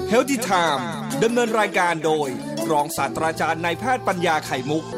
Healthy Time ดำเนินรายการโดยรองศาสตราจารย์นายแพทย์ปัญญาไข่มุก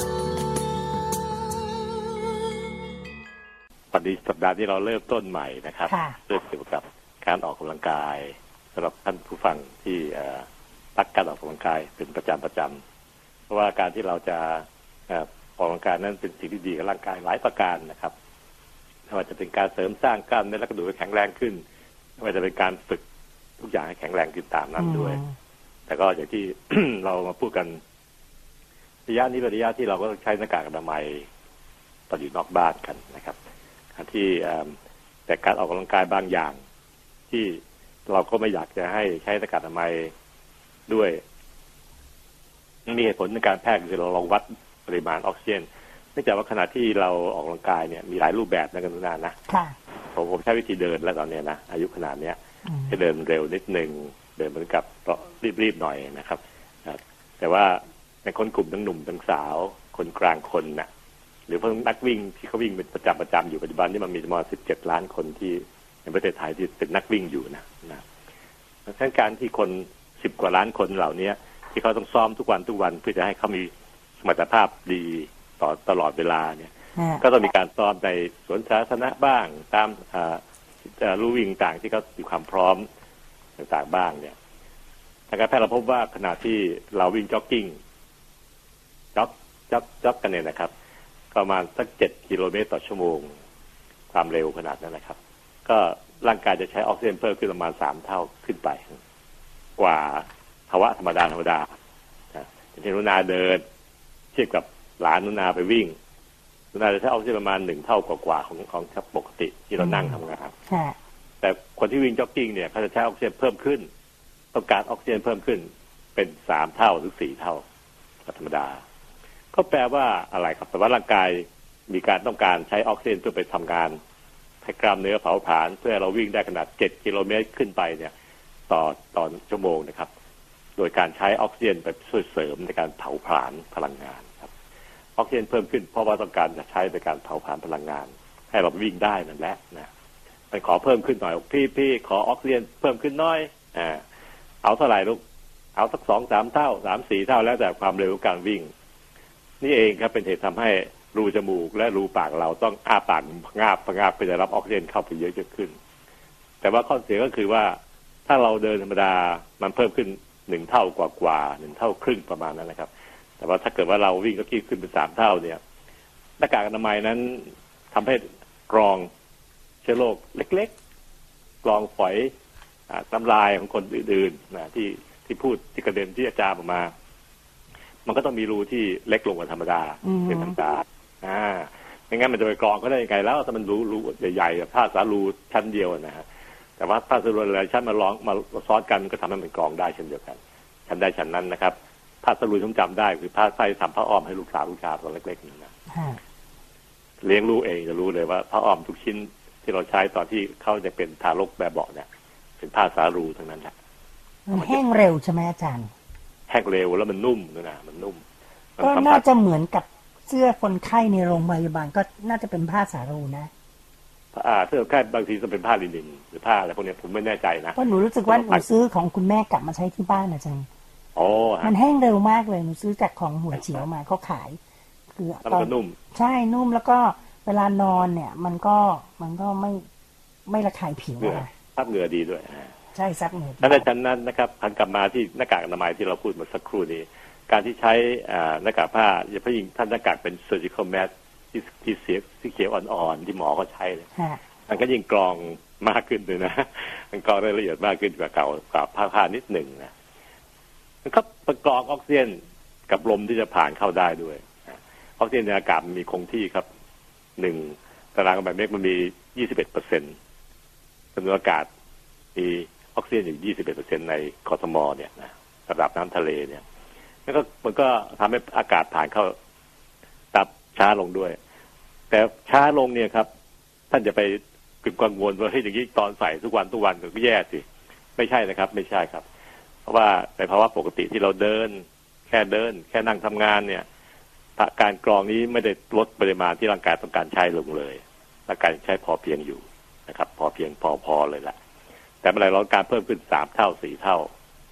วันนี้สัปดาห์ที่เราเริ่มต้นใหม่นะครับเรื่องเกี่ยวกับการออกกำลังกายสำหรับท่านผู้ฟังที่รักการออกกำลังกายเป็นประจำเพราะว่าการที่เราจะออกกำลังกายนั้นเป็นสิ่งที่ดีกับร่างกายหลายประการนะครับไม่ว่าจะเป็นการเสริมสร้างกล้ามเนื้อและกระดูกให้แข็งแรงขึ้นไม่ว่าจะเป็นการฝึกทุกอย่างให้แข็งแรงขึ้นตามนั้นด้วยแต่ก็อย่างที่ เรามาพูดกันระยะนี้เป็นระยะที่เราก็ใช้หน้ากากอนามัยตอนอยู่นอกบ้านกันนะครับที่แต่การออกกำลังกายบางอย่างที่เราก็ไม่อยากจะให้ใช้หน้ากากอนามัยด้วยมีเหตุผลในการแพทย์คือเราลองวัดปริมาณออกซิเจนเนื่องจากว่าขณะที่เราออกกำลังกายเนี่ยมีหลายรูปแบบนะกันทุกนานนะผมใช้วิธีเดินแล้วตอนนี้นะอายุขนาดนี้จะเดินเร็วนิดนึงเดินเหมือนกับรีบหน่อยนะครับแต่ว่าในคนกลุ่มทั้งหนุ่มทั้งสาวคนกลางคนน่ะหรือพวกนักวิ่งที่เขาวิ่งเป็นประจำอยู่ปัจจุบันนี่มันมีจำนวน17 ล้านคนที่ในประเทศไทยที่เป็นนักวิ่งอยู่นะดังนั้นการที่คน10 กว่าล้านคนเหล่านี้ที่เขาต้องซ้อมทุกวันเพื่อจะให้เขามีสมรรถภาพดีตลอดเวลาเนี่ยก็ต้องมีการซ้อมในสวนสาธารณะบ้างตามลู่วิ่งต่างที่เขามีความพร้อมต่างๆบ้างเนี่ยทางการแพทย์เราพบว่าขณะที่เราวิ่งจ็อกกิ้งจ็อกกันเนี่ยนะครับประมาณสัก7 กิโลเมตรต่อชั่วโมงความเร็วขนาดนั้นนะครับก็ร่างกายจะใช้ออกซิเจนเพิ่มขึ้นประมาณ3 เท่าขึ้นไปกว่าภาวะธรรมดาอย่างที่นุนาเดินเทียบกับหลานนุนาไปวิ่งนุนาจะใช้ออกซิเจนประมาณ1 เท่ากว่าของปกติที่เรานั่งทำงานแต่คนที่วิ่งจ็อกกิ้งเนี่ยเขาจะใช้ออกซิเจนเพิ่มขึ้นต้องการออกซิเจนเพิ่มขึ้นเป็น3 เท่าหรือ4 เท่าธรรมดาก็แปลว่าอะไรครับแปลว่าร่างกายมีการต้องการใช้ออกซิเจนเพื่อไปทำงานให้กล้ามเนื้อเผาผลาญเพื่อเราวิ่งได้ขนาด7 กิโลเมตรขึ้นไปเนี่ยต่อชั่วโมงนะครับโดยการใช้ออกซิเจนไปช่วยเสริมในการเผาผลาญพลังงานครับออกซิเจนเพิ่มขึ้นเพราะว่าต้องการจะใช้ในการเผาผลาญพลังงานให้เราวิ่งได้นั่นแหละนะไปขอเพิ่มขึ้นหน่อยพี่ขอออกซิเจนเพิ่มขึ้นน้อยเอาเท่าไหร่ลูกเอาสัก2-3 เท่า3-4 เท่าแล้วแต่ความเร็วของการวิ่งนี่เองครับเป็นเหตุทำให้รูจมูกและรูปากเราต้องอ้าปากงาบเพื่อจะรับออกซิเจนเข้าไปเยอะขึ้นแต่ว่าข้อเสียก็คือว่าถ้าเราเดินธรรมดามันเพิ่มขึ้น1 เท่ากว่า1 เท่าครึ่งประมาณนั้นนะครับแต่ว่าถ้าเกิดว่าเราวิ่งก็ขึ้นเป็น3 เท่าเนี่ยหน้ากากอนามัยนั้นทำให้กรองเชื้อโรคเล็กๆกรองฝอยน้ำลายของคนอื่นๆนะที่พูดที่กระเด็นที่อาจารย์ออกมามันก็ต้องมีรูที่เล็กลงกว่าธรรมดาเป็นธรรมดาไม่งั้นมันจะไปกรองก็ได้ยังไงแล้วถ้ามันรูใหญ่ๆผ้าสารูชั้นเดียวนะฮะแต่ว่าผ้าสารูหลายชั้นมาซ้อนกันก็ทำให้มันกรองได้เช่นเดียวกันชั้นได้ชั้นนั้นนะครับผ้าสารูผมจำได้คือผ้าไส้ทำผ้าอ้อมให้ลูกสาวตอนเล็กๆนี่นะเลี้ยงลูกเองจะรู้เลยว่าผ้าอ้อมทุกชิ้นที่เราใช้ตอนที่เขาจะเป็นทารกแบบเบาะเนี่ยเป็นผ้าสารูทั้งนั้นแหละมันแห้งเร็วใช่ไหมอาจารย์แห้งเร็วแล้วมันนุ่มนะมันนุ่มก็น่าจะเหมือนกับเสื้อคนไข้ในโรงพยาบาลก็น่าจะเป็นผ้าสารูนะเสื้อคนไข้บางทีจะเป็นผ้าลินินหรือผ้าอะไรพวกนี้ผมไม่แน่ใจนะเพราะหนูรู้สึกว่าหนูซื้อของคุณแม่กลับมาใช้ที่บ้านอาจารย์มันแห้งเร็วมากเลยหนูซื้อจากของหัวเฉียวมาเขาขายคือตอนนุ่มใช่นุ่มแล้วก็เวลานอนเนี่ยมันก็ไม่ระคายผิวซับเหงื่อดีด้วยใช่ซับเหงื่อแล้วในชั้นนั้นนะครับพันกลับมาที่หน้ากากอนามัยที่เราพูดมาสักครู่นี้การที่ใช้หน้ากากผ้าอย่าเพิ่งท่านหน้ากากเป็น surgical mask ที่เขียวอ่อนๆที่หมอเขาใช้เลยมันก็ยิ่งกรองมากขึ้นเลยนะมันกรองได้ละเอียดมากขึ้นกว่าเก่ากับผ้านิดหนึ่งนะมันก็ประกอบออกซิเจนกับลมที่จะผ่านเข้าได้ด้วยออกซิเจนในอากาศมันมีคงที่ครับ1 ตารางเมตรมันมี 21% จำนวนอากาศมีออกซิเจนอยู่ 21% ในกทมเนี่ยนะระดับน้ำทะเลเนี่ยแล้วก็มันก็ทำให้อากาศผ่านเข้าตับช้าลงด้วยแต่ช้าลงเนี่ยครับท่านจะไปกังวลว่าเฮ้ยอย่างนี้ตอนใส่ทุกวันก็แย่สิไม่ใช่นะครับไม่ใช่ครับเพราะว่าในภาวะปกติที่เราแค่นั่งทำงานเนี่ยการกรองนี้ไม่ได้ลดปริมาณที่ร่างกายต้องการใช้ลงเลยร่างกายใช้พอเพียงอยู่นะครับพอเพียงพอเลยละแต่เมื่อไหร่เราการเพิ่มขึ้น3 เท่า4 เท่า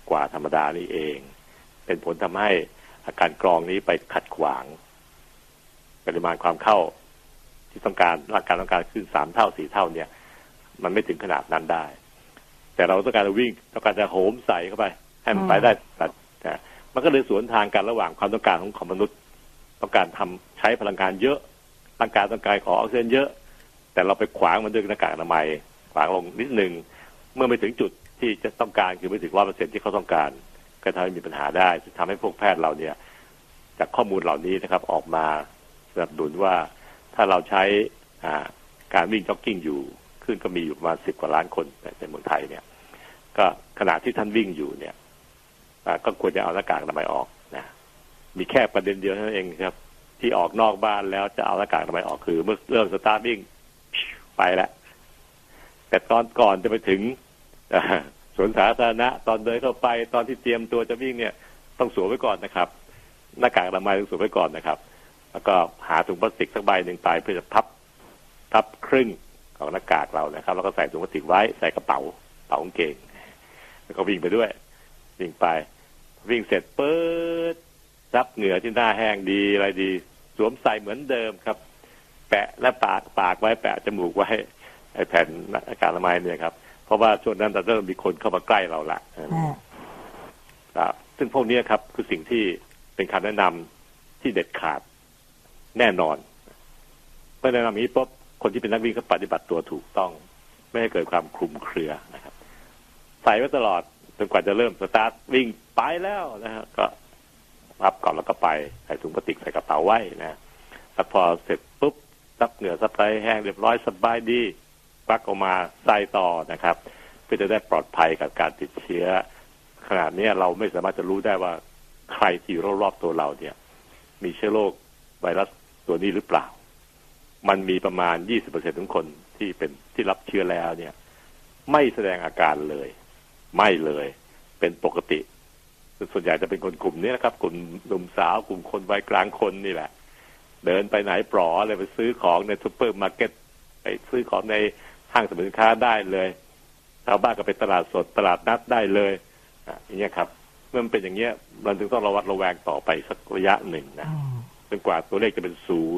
กว่าธรรมดานี่เองเป็นผลทำให้อาการกรองนี้ไปขัดขวางปริมาณความเข้าที่ต้องการร่างกายต้องการขึ้น3 เท่า 4 เท่าเนี่ยมันไม่ถึงขนาดนั้นได้แต่เราต้องการจะวิ่งต้องการจะโหมใส่เข้าไปให้มันไปได้แต่มันก็เลยสวนทางกันระหว่างความต้องการของมนุษย์ต้องการใช้พลังงานเยอะร่างกายต้องการขอออกซิเจนเยอะแต่เราไปขวางมันด้วยหน้ากากอนามัยขวางลงนิดนึงเมื่อไม่ถึงจุดที่จะต้องการคือไม่ถึง100%ที่เขาต้องการก็ทำให้มีปัญหาได้ทำให้พวกแพทย์เราเนี่ยจากข้อมูลเหล่านี้นะครับออกมาสนับสนุนว่าถ้าเราใช้การวิ่งจ็อกกิ้งอยู่ขึ้นก็มีอยู่ประมาณ10 กว่าล้านคนในเมืองไทยเนี่ยก็ขณะที่ท่านวิ่งอยู่เนี่ยก็ควรจะเอาหน้ากากอนามัยออกนะมีแค่ประเด็นเดียวเท่านั้นเองครับที่ออกนอกบ้านแล้วจะเอาหน้ากากอนามัยออกคือเมื่อเริ่มสตาร์ทวิ่งไปแล้วแต่ตอนก่อนจะไปถึงสวนสาธารณะตอนเดินเข้าไปตอนที่เตรียมตัวจะวิ่งเนี่ยต้องสวมไว้ก่อนนะครับหน้ากากอนามัยต้องสวมไว้ก่อนนะครับแล้วก็หาถุงพลาสติกสักใบหนึ่งไปเพื่อจะพับครึ่งของหน้ากากเรานะครับแล้วก็ใส่ถุงพลาสติกไว้ใส่กระเป๋ากางเกงแล้วก็วิ่งไปด้วยวิ่งไปวิ่งเสร็จปื๊ดซับเหงื่อที่หน้าแห้งดีอะไรดีสวมใส่เหมือนเดิมครับแปะและปากไว้แปะจมูกไว้ไอ้แผ่นหน้ากากอนามัยเนี่ยครับเพราะว่าช่วงนั้นจะเริ่มมีคนเข้ามาใกล้เราละครับซึ่งพวกนี้ครับคือสิ่งที่เป็นคำแนะนำที่เด็ดขาดแน่นอนเมื่อแนะนำนี้ปุ๊บคนที่เป็นนักวิ่งก็ปฏิบัติตัวถูกต้องไม่ให้เกิดความคลุมเครือนะครับใส่ไว้ตลอดจนกว่าจะเริ่มสตาร์ทวิ่งไปแล้วนะฮะก็รับก่อนแล้วก็ไปใส่ถุงพลาสติกใส่กระเป๋าไว้นะแล้วพอเสร็จปุ๊บซับเหงื่อซับไตแห้งเรียบร้อยสบายดีปักออกมาใส่ต่อนะครับเพื่อจะได้ปลอดภัยกับการติดเชื้อขนาดนี้เราไม่สามารถจะรู้ได้ว่าใครที่อยู่รอบๆตัวเราเนี่ยมีเชื้อโรคไวรัสตัวนี้หรือเปล่ามันมีประมาณ 20% ของคนที่รับเชื้อแล้วเนี่ยไม่แสดงอาการเลยไม่เลยเป็นปกติส่วนใหญ่จะเป็นคนกลุ่มนี้นะครับกลุ่มหนุ่มสาวกลุ่มคนวัยกลางคนนี่แหละเดินไปไหนปลอเลยไปซื้อของในซุปเปอร์มาร์เก็ตไปซื้อของในห้างสรรพสินค้าได้เลยชาวบ้านก็ไปตลาดสดตลาดนัดได้เลยอย่างเงี้ยครับเมื่อมันเป็นอย่างเงี้ยมันถึงต้องระวัดระแวงต่อไปสักระยะหนึ่งนะจนกว่าตัวเลขจะเป็น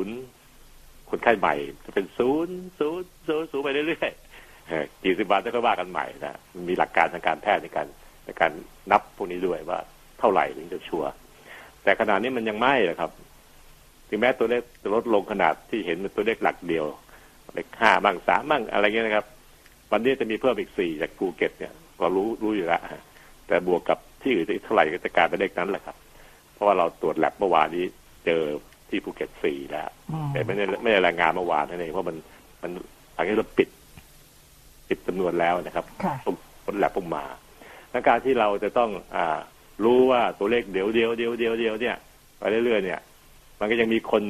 0คนไข้ใหม่จะเป็น0ไปเรื่อยๆกี่สิบบาทจะก็ว่ากันใหม่นะมีหลักการทางการแพทย์ในการนับพวกนี้ด้วยว่าเท่าไหร่ถึงจะชัวร์แต่ขนาดนี้มันยังไม่เลยครับถึงแม้ตัวเลขจะลดลงขนาดที่เห็นเป็นตัวเลขหลักเดียวเลข5บ้าง3บ้างอะไรเงี้ยนะครับวันนี้จะมีเพิ่มอีก4จากภูเก็ตเนี่ยก็รู้อยู่แล้วแต่บวกกับที่อื่นเท่าไหร่ก็จะกลายเป็นเลขนั้นแหละครับเพราะว่าเราตรวจแลบเมื่อวานนี้เจอที่ภูเก็ต4แล้วแต่ไม่ได้รายงานเมื่อวานนั่นเองเพราะมันหลังจากเราปิดจำนวนแล้วนะครับผลแลบออกมาและการที่เราจะต้องรู้ว่าตัวเลขเดี๋ยวเนี่ยไปเรื่อยๆเนี่ยมันก็ยังมีคน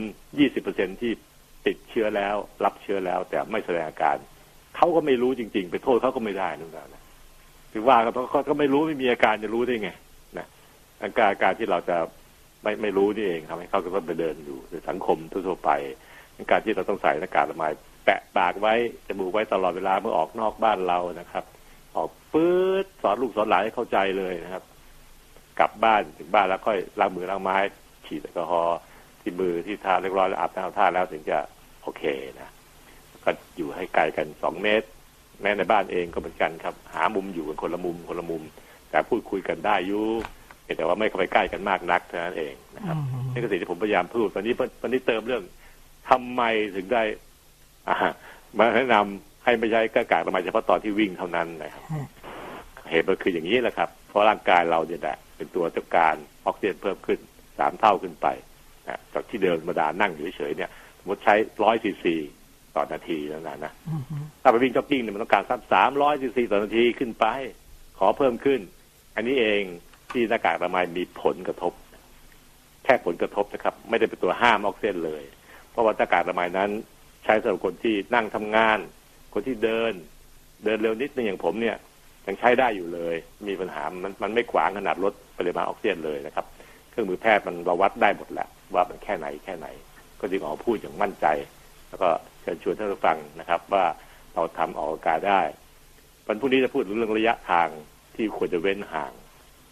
20% ที่ติดเชื้อแล้วรับเชื้อแล้วแต่ไม่แสดงอาการเขาก็ไม่รู้จริงๆไปโทษเขาก็ไม่ได้นู่นนะถึงว่าเขาก็ไม่รู้ไม่มีอาการจะรู้ได้ไงนะอาการที่เราจะไม่รู้นี่เองทำให้เขาก็ต้องไปเดินอยู่ในสังคมทั่วไปการที่เราต้องใส่หน้ากากอนามัยแปะปากไว้จมูกไว้ตลอดเวลาเมื่อออกนอกบ้านเรานะครับออกปื๊ดสอนลูกสอนหลานให้เข้าใจเลยนะครับกลับบ้านถึงบ้านแล้วค่อยล้างมือล้างไม้ฉีดแอลกอฮอล์ที่มือที่เท้าเรียบร้อยแล้วอาบน้ำท่าแล้วถึงจะโอเคนะก็อยู่ให้ไกลกัน2 เมตรแม้ในบ้านเองก็เหมือนกันครับหามุมอยู่กันคนละมุมแต่พูดคุยกันได้อยู่แต่ว่าไม่เข้าไปใกล้กันมากนักเท่านั้นเองนะครับนี่คือสิ่งที่ผมพยายามพูดวันนี้เติมเรื่องทำไมถึงได้มาแนะนำให้ไม่ใช้หน้ากากอนามัยเฉพาะตอนที่วิ่งเท่านั้นนะครับเหตุมันคืออย่างนี้แหละครับเพราะร่างกายเราเนี่ยแหละเป็นตัวต้องการออกซิเจนเพิ่มขึ้น3 เท่าขึ้นไปนะจากที่เดินธรรมดานั่งอยู่เฉยๆเนี่ยสมมติใช้100 ซีซีต่อนาทีแล้วนะถ้าไปวิ่งจ็อกกิ้งเนี่ยมันต้องการสัก300 ซีซีต่อนาทีขึ้นไปขอเพิ่มขึ้นอันนี้เองที่หน้ากากอนามัยมีผลกระทบแค่ผลกระทบนะครับไม่ได้เป็นตัวห้ามออกซิเจนเลยเพราะว่าหน้ากากอนามัยนั้นใช้สำหรับคนที่นั่งทำงานคนที่เดินเร็วนิดนึงอย่างผมเนี่ยยังใช้ได้อยู่เลยมีปัญหามันไม่ขวางขนาดลดปริมาณออกซิเจนเลยนะครับเครื่องมือแพทย์มันเราวัดได้หมดแหละว่ามันแค่ไหนก็จึงออกพูดอย่างมั่นใจแล้วก็เชิญชวนท่านผู้ฟังนะครับว่าเราทำออกอากาศได้วันพรุ่งนี้จะพูดเรื่องระยะทางที่ควรจะเว้นห่าง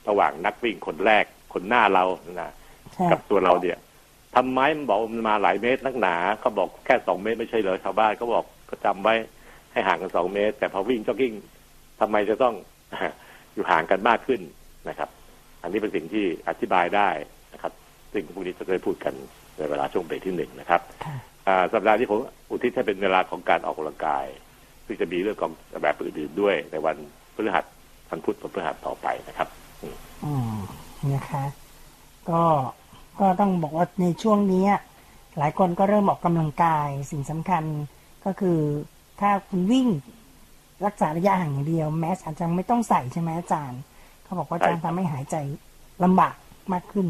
ระหว่างนักวิ่งคนแรกคนหน้าเรานะกับตัวเราเนี่ยทำไมมันบอกมันมาหลายเมตรนักหนาเขาบอกแค่2 เมตรไม่ใช่เหรอชาวบ้านเขาบอกก็จำไว้ให้ห่างกัน2 เมตรแต่พอวิ่งจ็อกกิ้งทำไมจะต้องอยู่ห่างกันมากขึ้นนะครับอันนี้เป็นสิ่งที่อธิบายได้นะครับซึ่งพรุ่งนี้จะได้พูดกันในเวลาช่วงเบรกที่1นะครับสัปดาห์ที่ผมอุทิศให้เป็นเวลาของการออกกำลังกายซึ่งจะมีเรื่องของแบบอื่นๆด้วยในวันพฤหัสวันพุธวันพฤหัสต่อไปนะครับนะคะก็ต้องบอกว่าในช่วงนี้หลายคนก็เริ่มออกกำลังกายสิ่งสำคัญก็คือถ้าคุณวิ่งรักษาระยะห่างอย่างเดียวแมสอาจจะไม่ต้องใส่ใช่ไหมอาจารย์เขาบอกว่าจะทำให้หายใจลำบากมากขึ้น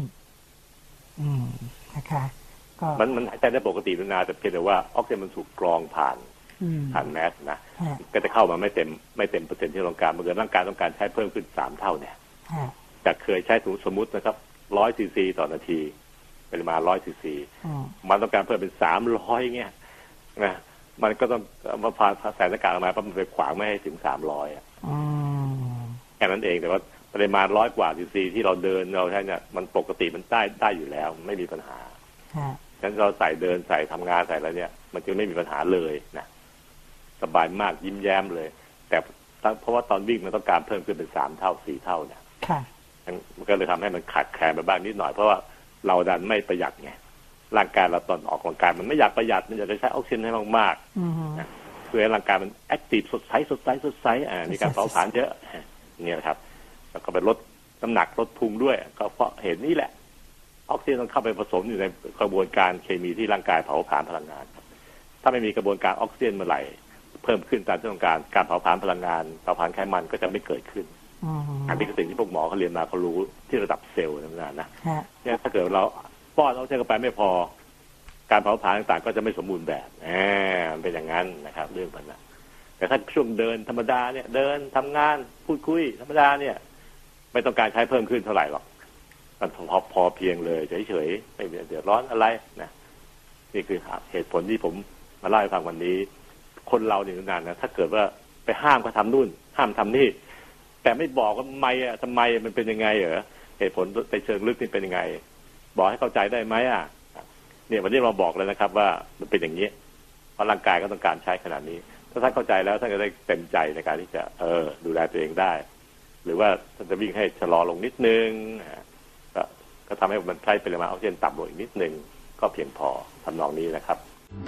นะคะก็มันหายใจได้ปกตินาแต่เพียงแต่ว่าออกซิเจนมันถูกกรองผ่านแมสนะก็จะเข้ามาไม่เต็มเปอร์เซ็นต์ที่ต้องการเมื่อร่างกายต้องการใช้เพิ่มขึ้น3 เท่าเนี่ยจากเคยใช้สมมุตินะครับ100 ซีซีต่อนาทีปริมาณ100 ซีซีมันต้องการเพิ่มเป็น300เงี้ยนะมันก็ต้องมาผ่านใส่หน้ากากออกมาปั๊บมันไปขวางไม่ให้ถึง300แค่นั้นเองแต่ว่าปริมาณ100 กว่าซีซีที่เราเดินเราใช้เนี่ยมันปกติมันได้อยู่แล้วไม่มีปัญหาฉะนั้นเราใส่เดินใส่ทำงานใส่แล้วเนี่ยมันจะไม่มีปัญหาเลยนะสบายมากยิ้มแย้มเลยแต่เพราะว่าตอนวิ่งมันต้องการเพิ่มขึ้นเป็น3 เท่า 4 เท่าเนี่ยมันก็เลยทำให้มันขาดแคลนไปบ้างนิดหน่อยเพราะว่าเราดันไม่ประหยัดไงร่างกายเราตอนออกกำลังกายมันไม่อยากประหยัดมันอยากจะใช้ออกซิเจนให้มากๆเพื่อให้ร่างกายมันแอคทีฟสดใสมีการเผาผลาญเยอะนี่แหละครับแล้วก็ไปลดน้ำหนักลดพุงด้วยก็เพราะเหตุนี้แหละออกซิเจนต้องเข้าไปผสมอยู่ในกระบวนการเคมีที่ร่างกายเผาผลาญพลังงานถ้าไม่มีกระบวนการออกซิเจนเมื่อไหร่เพิ่มขึ้นตามที่ต้องการเผาผลาญพลังงานเผาผลาญไขมันก็จะไม่เกิดขึ้นอันนี้คือสิ่งที่พวกหมอเขาเรียนมาเขารู้ที่ระดับเซลล์นั่นนะเนี่ยถ้าเกิดเราป้อนออกซิเจนเข้าไปไม่พอการเผาผลาญต่างๆก็จะไม่สมบูรณ์แบบมันเป็นอย่างนั้นนะครับเรื่องมันนะแต่ถ้าช่วงเดินธรรมดาเนี่ยเดินทำงานพูดคุยธรรมดาเนี่ยไม่ต้องการใช้เพิ่มขึ้นเท่าไหร่หรอกมันพอเพียงเลยเฉยๆไม่เดือดร้อนอะไรนะนี่คือเหตุผลที่ผมมาเล่าให้ฟังวันนี้คนเราเนี่ยนานนะถ้าเกิดว่าไปห้ามก็ทำนู่นห้ามทำนี่แต่ไม่บอกว่าทำไมมันเป็นยังไงเหตุผลในเชิงลึกนี่เป็นยังไงบอกให้เข้าใจได้ไหมเนี่ยวันนี้เราบอกเลยนะครับว่ามันเป็นอย่างนี้เพราะร่างกายก็ต้องการใช้ขนาดนี้ถ้าท่านเข้าใจแล้วท่านก็ได้เต็มใจในการที่จะดูแลตัวเองได้หรือว่าท่านจะวิ่งให้ชะลอลงนิดนึงก็ทำให้มันใช้ปริมาณออกซิเจนต่ำลงอีกนิดนึงก็เพียงพอทำนองนี้นะครับ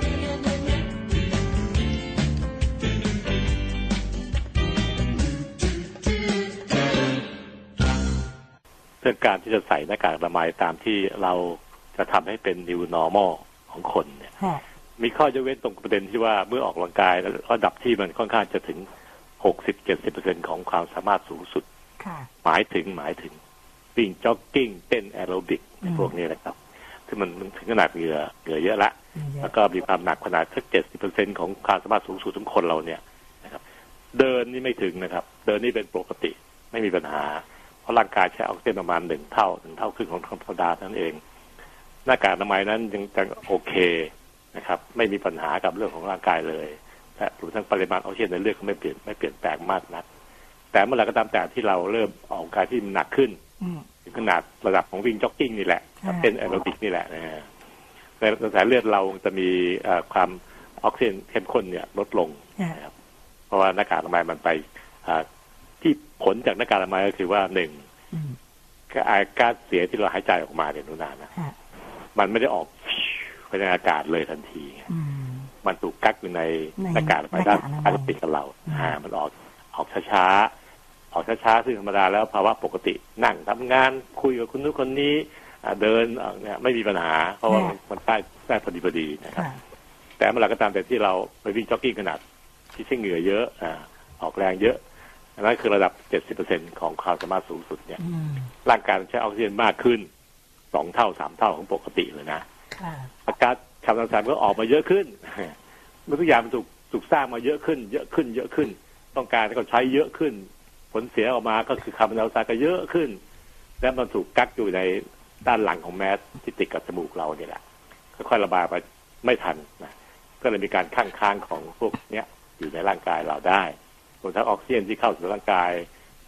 เรื่องการที่จะใส่หน้ากากอนามัยตามที่เราจะทำให้เป็น new normal ของคนเนี่ยมีข้อยกเว้นตรงประเด็นที่ว่าเมื่อออกกำลังกายระดับที่มันค่อนข้างจะถึง 60-70% ของความสามารถสูงสุดหมายถึงวิ่งจ็อกกิ้งเต้นแอโรบิกพวกนี้แหละครับที่มันถึงขนาดเหงื่อเยอะละแล้วก็มีความหนักขนาดสัก 70% ของความสามารถสูงสุดของคนเราเนี่ยนะครับเดินนี่ไม่ถึงนะครับเดินนี่เป็นปกติไม่มีปัญหาเพราะร่างกายใช้ออกซิเจนประมาณ1 เท่าครึ่งของธรรมดานั่นเองหน้ากากอนามัยนั้นยังโอเคนะครับไม่มีปัญหากับเรื่องของร่างกายเลยแต่รวมทั้งปริมาณออกซิเจนในเลือดก็ไม่เปลี่ยนแปลงมากนักแต่เมื่อไหร่ก็ตามแต่ที่เราเริ่มออกกำลังกายที่หนักขึ้นถึงขนาดระดับของวิ่งจ็อกกิ้งนี่แหละเป็นแอโรบิกนี่แหละในกระแสเลือดเราจะมีความออกซิเจนเข้มข้นเนี่ยลดลงนะครับเพราะว่าหน้ากากอนามัยมันไปที่ผลจากหน้ากากอนามัยก็คือว่า1ก๊าซเสียที่เราหายใจออกมาเนี่ยนานนะมันไม่ได้ออกไปในอากาศเลยทันทีมันถูกกักอยู่ในหน้ากากอนามัยด้านพลาสติกกับเรามันออกช้าซึ่งธรรมดาแล้วภาวะปกตินั่งทำงานคุยกับคนนู้นคนนี้เดินเนี่ยไม่มีปัญหาเพราะว่ามันได้พอดีนะครับแต่เมื่อไหร่ก็ตามแต่ที่เราไปวิ่งจ็อกกิ้งขนาดที่ใช้เหงื่อเยอะออกแรงเยอะนั่นคือระดับ 70% ของความสามารถสูงสุดเนี่ยร่างกายใช้ออกซิเจนมากขึ้น2 เท่า 3 เท่าของปกติเลยนะอากาศคาร์บอนไดออกไซด์ก็ออกมาเยอะขึ้นเมื่อทุกอย่างมันถูกสร้างมาเยอะขึ้นต้องการให้เขาใช้เยอะขึ้นผลเสียออกมาก็คือคาร์บอนไดออกไซด์ก็เยอะขึ้นและมันถูกกักอยู่ในด้านหลังของแมสที่ติดกับจมูกเราเนี่ยแหละค่อยๆระบายไปไม่ทันนะก็เลยมีการค้างของพวกเนี้ยอยู่ในร่างกายเราได้รวมทั้งออกซิเจนที่เข้าสู่ร่างกาย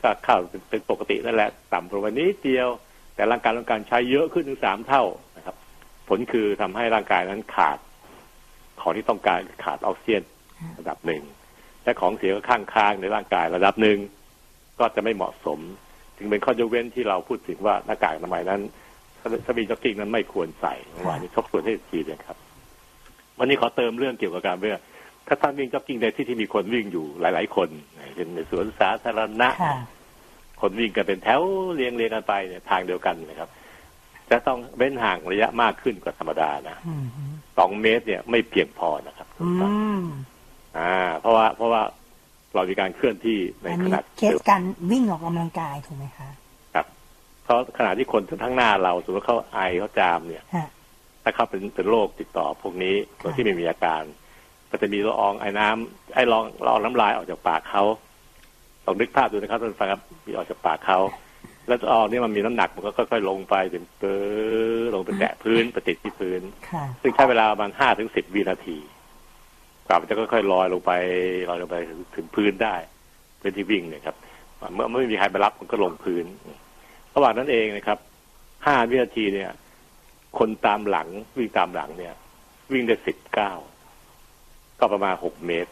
ก็เข้าเป็นปกตินั่นแหละต่ำกว่านี้เดียวแต่ร่างกายต้องการใช้เยอะขึ้นถึง3 เท่านะครับผลคือทำให้ร่างกายนั้นขาดของที่ต้องการขาดออกซิเจนระดับหนึ่งและของเสียก็ข้างในร่างกายระดับหนึ่งก็จะไม่เหมาะสมจึงเป็นข้อยกเว้นที่เราพูดถึงว่าหน้ากากอนามัยนั้นถ้ามีจ็อกกิ้งนั้นไม่ควรใส่วันนี้ทบทวนให้อีกทีเลยครับวันนี้ขอเติมเรื่องเกี่ยวกับการว่าถ้าท่านวิ่งจ็อกกิ้งในที่มีคนวิ่งอยู่หลายๆคนเช่นในสวนสาธารณะคนวิ่งกันเป็นแถวเรียงกันไปเนี่ยทางเดียวกันนะครับจะต้องเว้นห่างระยะมากขึ้นกว่าธรรมดานะ2 เมตรเนี่ยไม่เพียงพอนะครับเพราะว่าเรามีการเคลื่อนที่ในขณะเคสการวิ่งออกกำลังกายถูกไหมคะครับเพราะขณะที่คนทั้งหน้าเราสมมติเขาไอเขาจามเนี่ยถ้าเขาเป็นโรคติดต่อพวกนี้โดยที่ไม่มีอาการก็จะมีละอองไอน้ำละอองน้ำลายออกจากปากเขาลองนึกภาพดูนะครับท่านฟังครับมีออกจากปากเขาแล้วละอองนี่มันมีน้ำหนักมันก็ค่อยๆลงไปถึงลงไปแตะพื้นไปติดที่พื้นซึ่งใช้เวลาประมาณ5-10 วินาทีกว่ามันจะค่อยๆลอยลงไปถึงพื้นได้เป็นที่วิ่งเนี่ยครับเมื่อไม่มีใครไปรับมันก็ลงพื้นระหว่างนั้นเองนะครับ5 วินาทีเนี่ยคนตามหลังวิ่งตามหลังเนี่ยวิ่งได้19ก็ประมาณ6 เมตร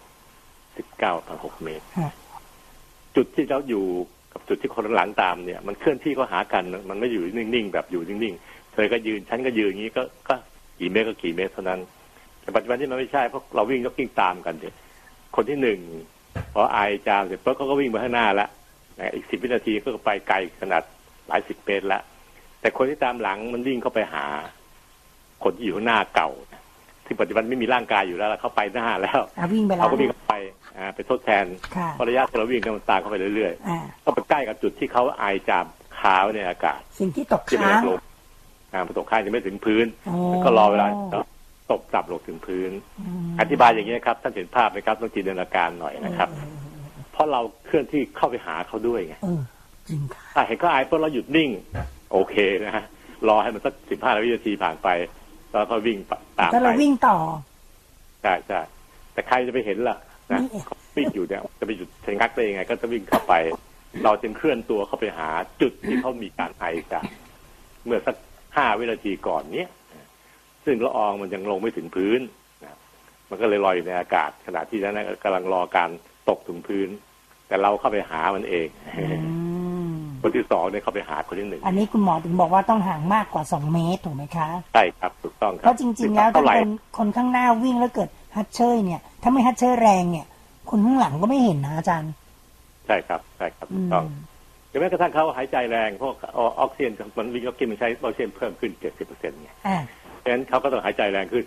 19ต่อ6 เมตรจุดที่เราอยู่กับจุดที่คนหลังตามเนี่ยมันเคลื่อนที่ก็หากันมันไม่อยู่นิ่งๆแบบอยู่นิ่งๆเธอก็ยืนฉันก็ยืนอย่างนี้ก็กี่เมตรก็กี่เมตรเท่านั้นแต่ปัจจุบันที่มันไม่ใช่เพราะเราวิ่งก็วิ่งตามกันเด็กคนที่1พอไอจามเสร็จปุ๊บเขาก็วิ่งไปข้างหน้าละอีก10 วินาทีก็ไปไกลขนาดหลาย10 เมตรละแต่คนที่ตามหลังมันวิ่งเข้าไปหาคนที่อยู่ข้างหน้าเก่าที่ปัจจุบันไม่มีร่างกายอยู่แล้วเขาไปหน้าแล้วเขาก็วิ่งเข้าไปไปทดแทนเพราะระยะที่เราวิ่งกันมันตามเข้าไปเรื่อยๆก็ไปใกล้กับจุดที่เขาไอจามค้างในอากาศสิ่งที่ตกค้างพอตกค้างยังไม่ถึงพื้นก็รอเวลาตกจับลงถึงพื้นอธิบายอย่างนี้ครับท่านเห็นภาพไหมครับต้องจินตนาการหน่อยนะครับเพราะเราเคลื่อนที่เข้าไปหาเขาด้วยไงจริงค่ะเห็นเขาไอเพราะเราหยุดนิ่งโอเคนะฮะรอให้มันสัก15 วินาทีผ่านไปแล้วก็วิ่งตามไปแล้วเราวิ่งต่อใช่แต่ใครจะไปเห็นล่ะนะวิ่งอยู่เนี่ยจะไปหยุดชะงักได้ยังไงก็จะวิ่งเข้าไปเราจึงเคลื่อนตัวเข้าไปหาจุดที่เขามีการไอกันเมื่อสัก5 วินาทีก่อนเนี้ยซึ่งละอองมันยังลงไม่ถึงพื้นนะมันก็เลยลอยอยู่ในอากาศขณะที่นั้นกำลังรอการตกถึงพื้นแต่เราเข้าไปหามันเองคนที่2เนี่ยเข้าไปหาคนที่1 อันนี้คุณหมอถึงบอกว่าต้องห่างมากกว่า2 เมตรถูกไหมคะใช่ครับถูกต้องครับเพราะจริงๆแล้วถ้าเป็นคนข้างหน้าวิ่งแล้วเกิดฮัตเชยเนี่ยถ้าไม่ฮัตเชยแรงเนี่ยคนข้างหลังก็ไม่เห็นนะอาจารย์ใช่ครับถูกต้องแม้กระทั่งเขาหายใจแรงเพราะออกซิเจนมันวิ่งก็กินมันใช้ออกซิเจนเพิ่มขึ้น 70% ไงเพราะฉะนั้นเขาก็ต้องหายใจแรงขึ้น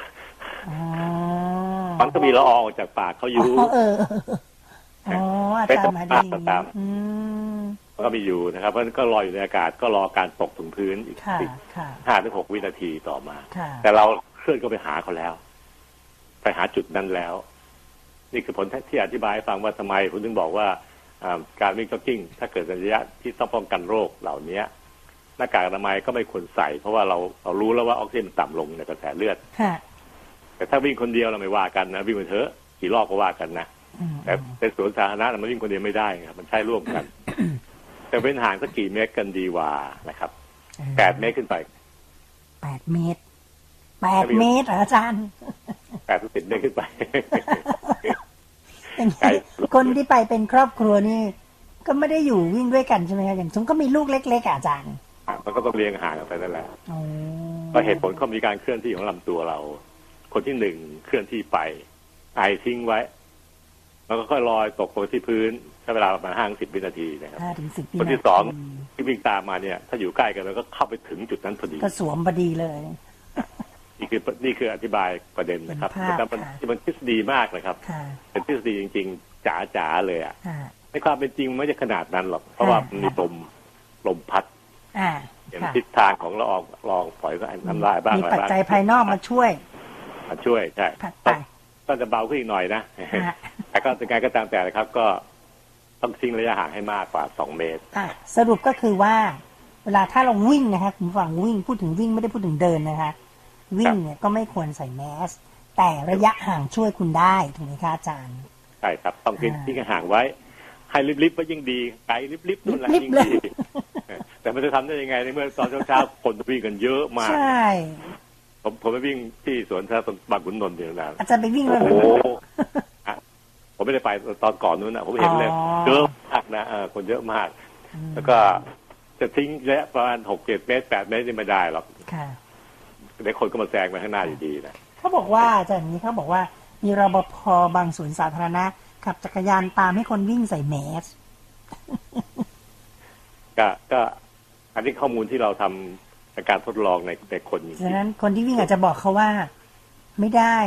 มันก็มีละอองออกจากปากเขาอยู่อาจารย์มาดีมันก็มีอยู่นะครับเพราะฉะนั้นก็ลอยอยู่ในอากาศก็รอการตกถึงพื้นอีก5-6 วินาทีต่อมาแต่เราเคลื่อนก็ไปหาเขาแล้วไปหาจุดนั้นแล้วนี่คือผลที่อธิบายให้ฟังว่าทำไมผมถึงบอกว่าการวิ่งจ็อกกิ้งถ้าเกิดระยะที่ต้องป้องกันโรคเหล่านี้หน้ากากอนามัยก็ไม่ควรใส่เพราะว่าเรารู้แล้วว่าออกซิเจนต่ำลงในกระแสเลือดแต่ถ้าวิ่งคนเดียวเราไม่ว่ากันนะวิ่งไปเถอะกี่รอบก็ว่ากันนะแต่เป็นสวนสาธารณะมันวิ่งคนเดียวไม่ได้ครับมันใช้ร่วมกันแต่เป็นห่างสักกี่เมตรกันดีกว่านะครับ8 เมตรขึ้นไป 8 เมตร8 เมตรอาจารย์ 8-10 เมตรขึ้นไปคนที่ไปเป็นครอบครัวนี่ก็ไม่ได้อยู่วิ่งด้วยกันใช่ไหมครับอย่างสมก็มีลูกเล็กๆอาจารย์มันก็ต้องเรียงห่างกันไปนั่นแหละเพราะเหตุผลเขามีการเคลื่อนที่ของลำตัวเราคนที่1เคลื่อนที่ไปไอทิ้งไว้แล้วก็ค่อยลอยตกลงที่พื้นใช้เวลาประมาณ5-10 วินาทีนะครับคนที่2ที่วิ่งตามมาเนี่ยถ้าอยู่ใกล้กันแล้วก็เข้าไปถึงจุดนั้นพอดีก็สวมพอดีเลยนี่คืออธิบายประเด็นนะครับมันทฤษฎีมากเลยครับเป็นทฤษฎีจริงๆจ๋าๆเลยอ่ะในความเป็นจริงไม่ใช่ขนาดนั้นหรอกเพราะว่ามันมีลมพัดอย่างทิศทางของละอองฝอยก็น้ำลายบ้างมีปัจจัยภายนอกมาช่วยใช่ก็จะเบาขึ้นอีกหน่อยนะแต่ก็เป็นการก็ตามแต่นะครับก็ต้องทิ้งระยะห่างให้มากกว่า2 เมตรสรุปก็คือว่าเวลาถ้าเราวิ่งนะคะคุณฟังวิ่งพูดถึงวิ่งไม่ได้พูดถึงเดินนะคะวิ่งเนี่ยก็ไม่ควรใส่แมสแต่ระยะห่างช่วยคุณได้ถูกไหมคะอาจารย์ใช่ครับต้องทิ้งห่างไว้ให้ลิบๆก็ยิ่งดีไกลลิบๆนู่นแหละยิ่งดีแต่มันจะทำได้ยังไงในเมื่อตอนเช้าๆคนวิ่งกันเยอะมากใช่ผมไปวิ่งที่สวนสาธารณะบางขุนนนท์เดียวนะอาจารย์ไปวิ่งเลยโอ้ผมไม่ได้ไปตอนก่อนนู้นนะผมเห็นเลยเยอะมากนะคนเยอะมากแล้วก็จะทิ้งระยะประมาณ6-7 เมตร8 เมตรนี่ไม่ได้หรอกเดี๋ยวคนก็มาแซงมาข้างหน้าอยู่ดีนะเขาบอกว่าอาจารย์นี้เขาบอกว่ามีรปภ.บางสวนสาธารณะขับจักรยานตามให้คนวิ่งใส่แมสก็อันนี้ข้อมูลที่เราทำในการทดลองในคนฉะนั้นคนที่วิ่งอาจจะบอกเขาว่าไม่ได้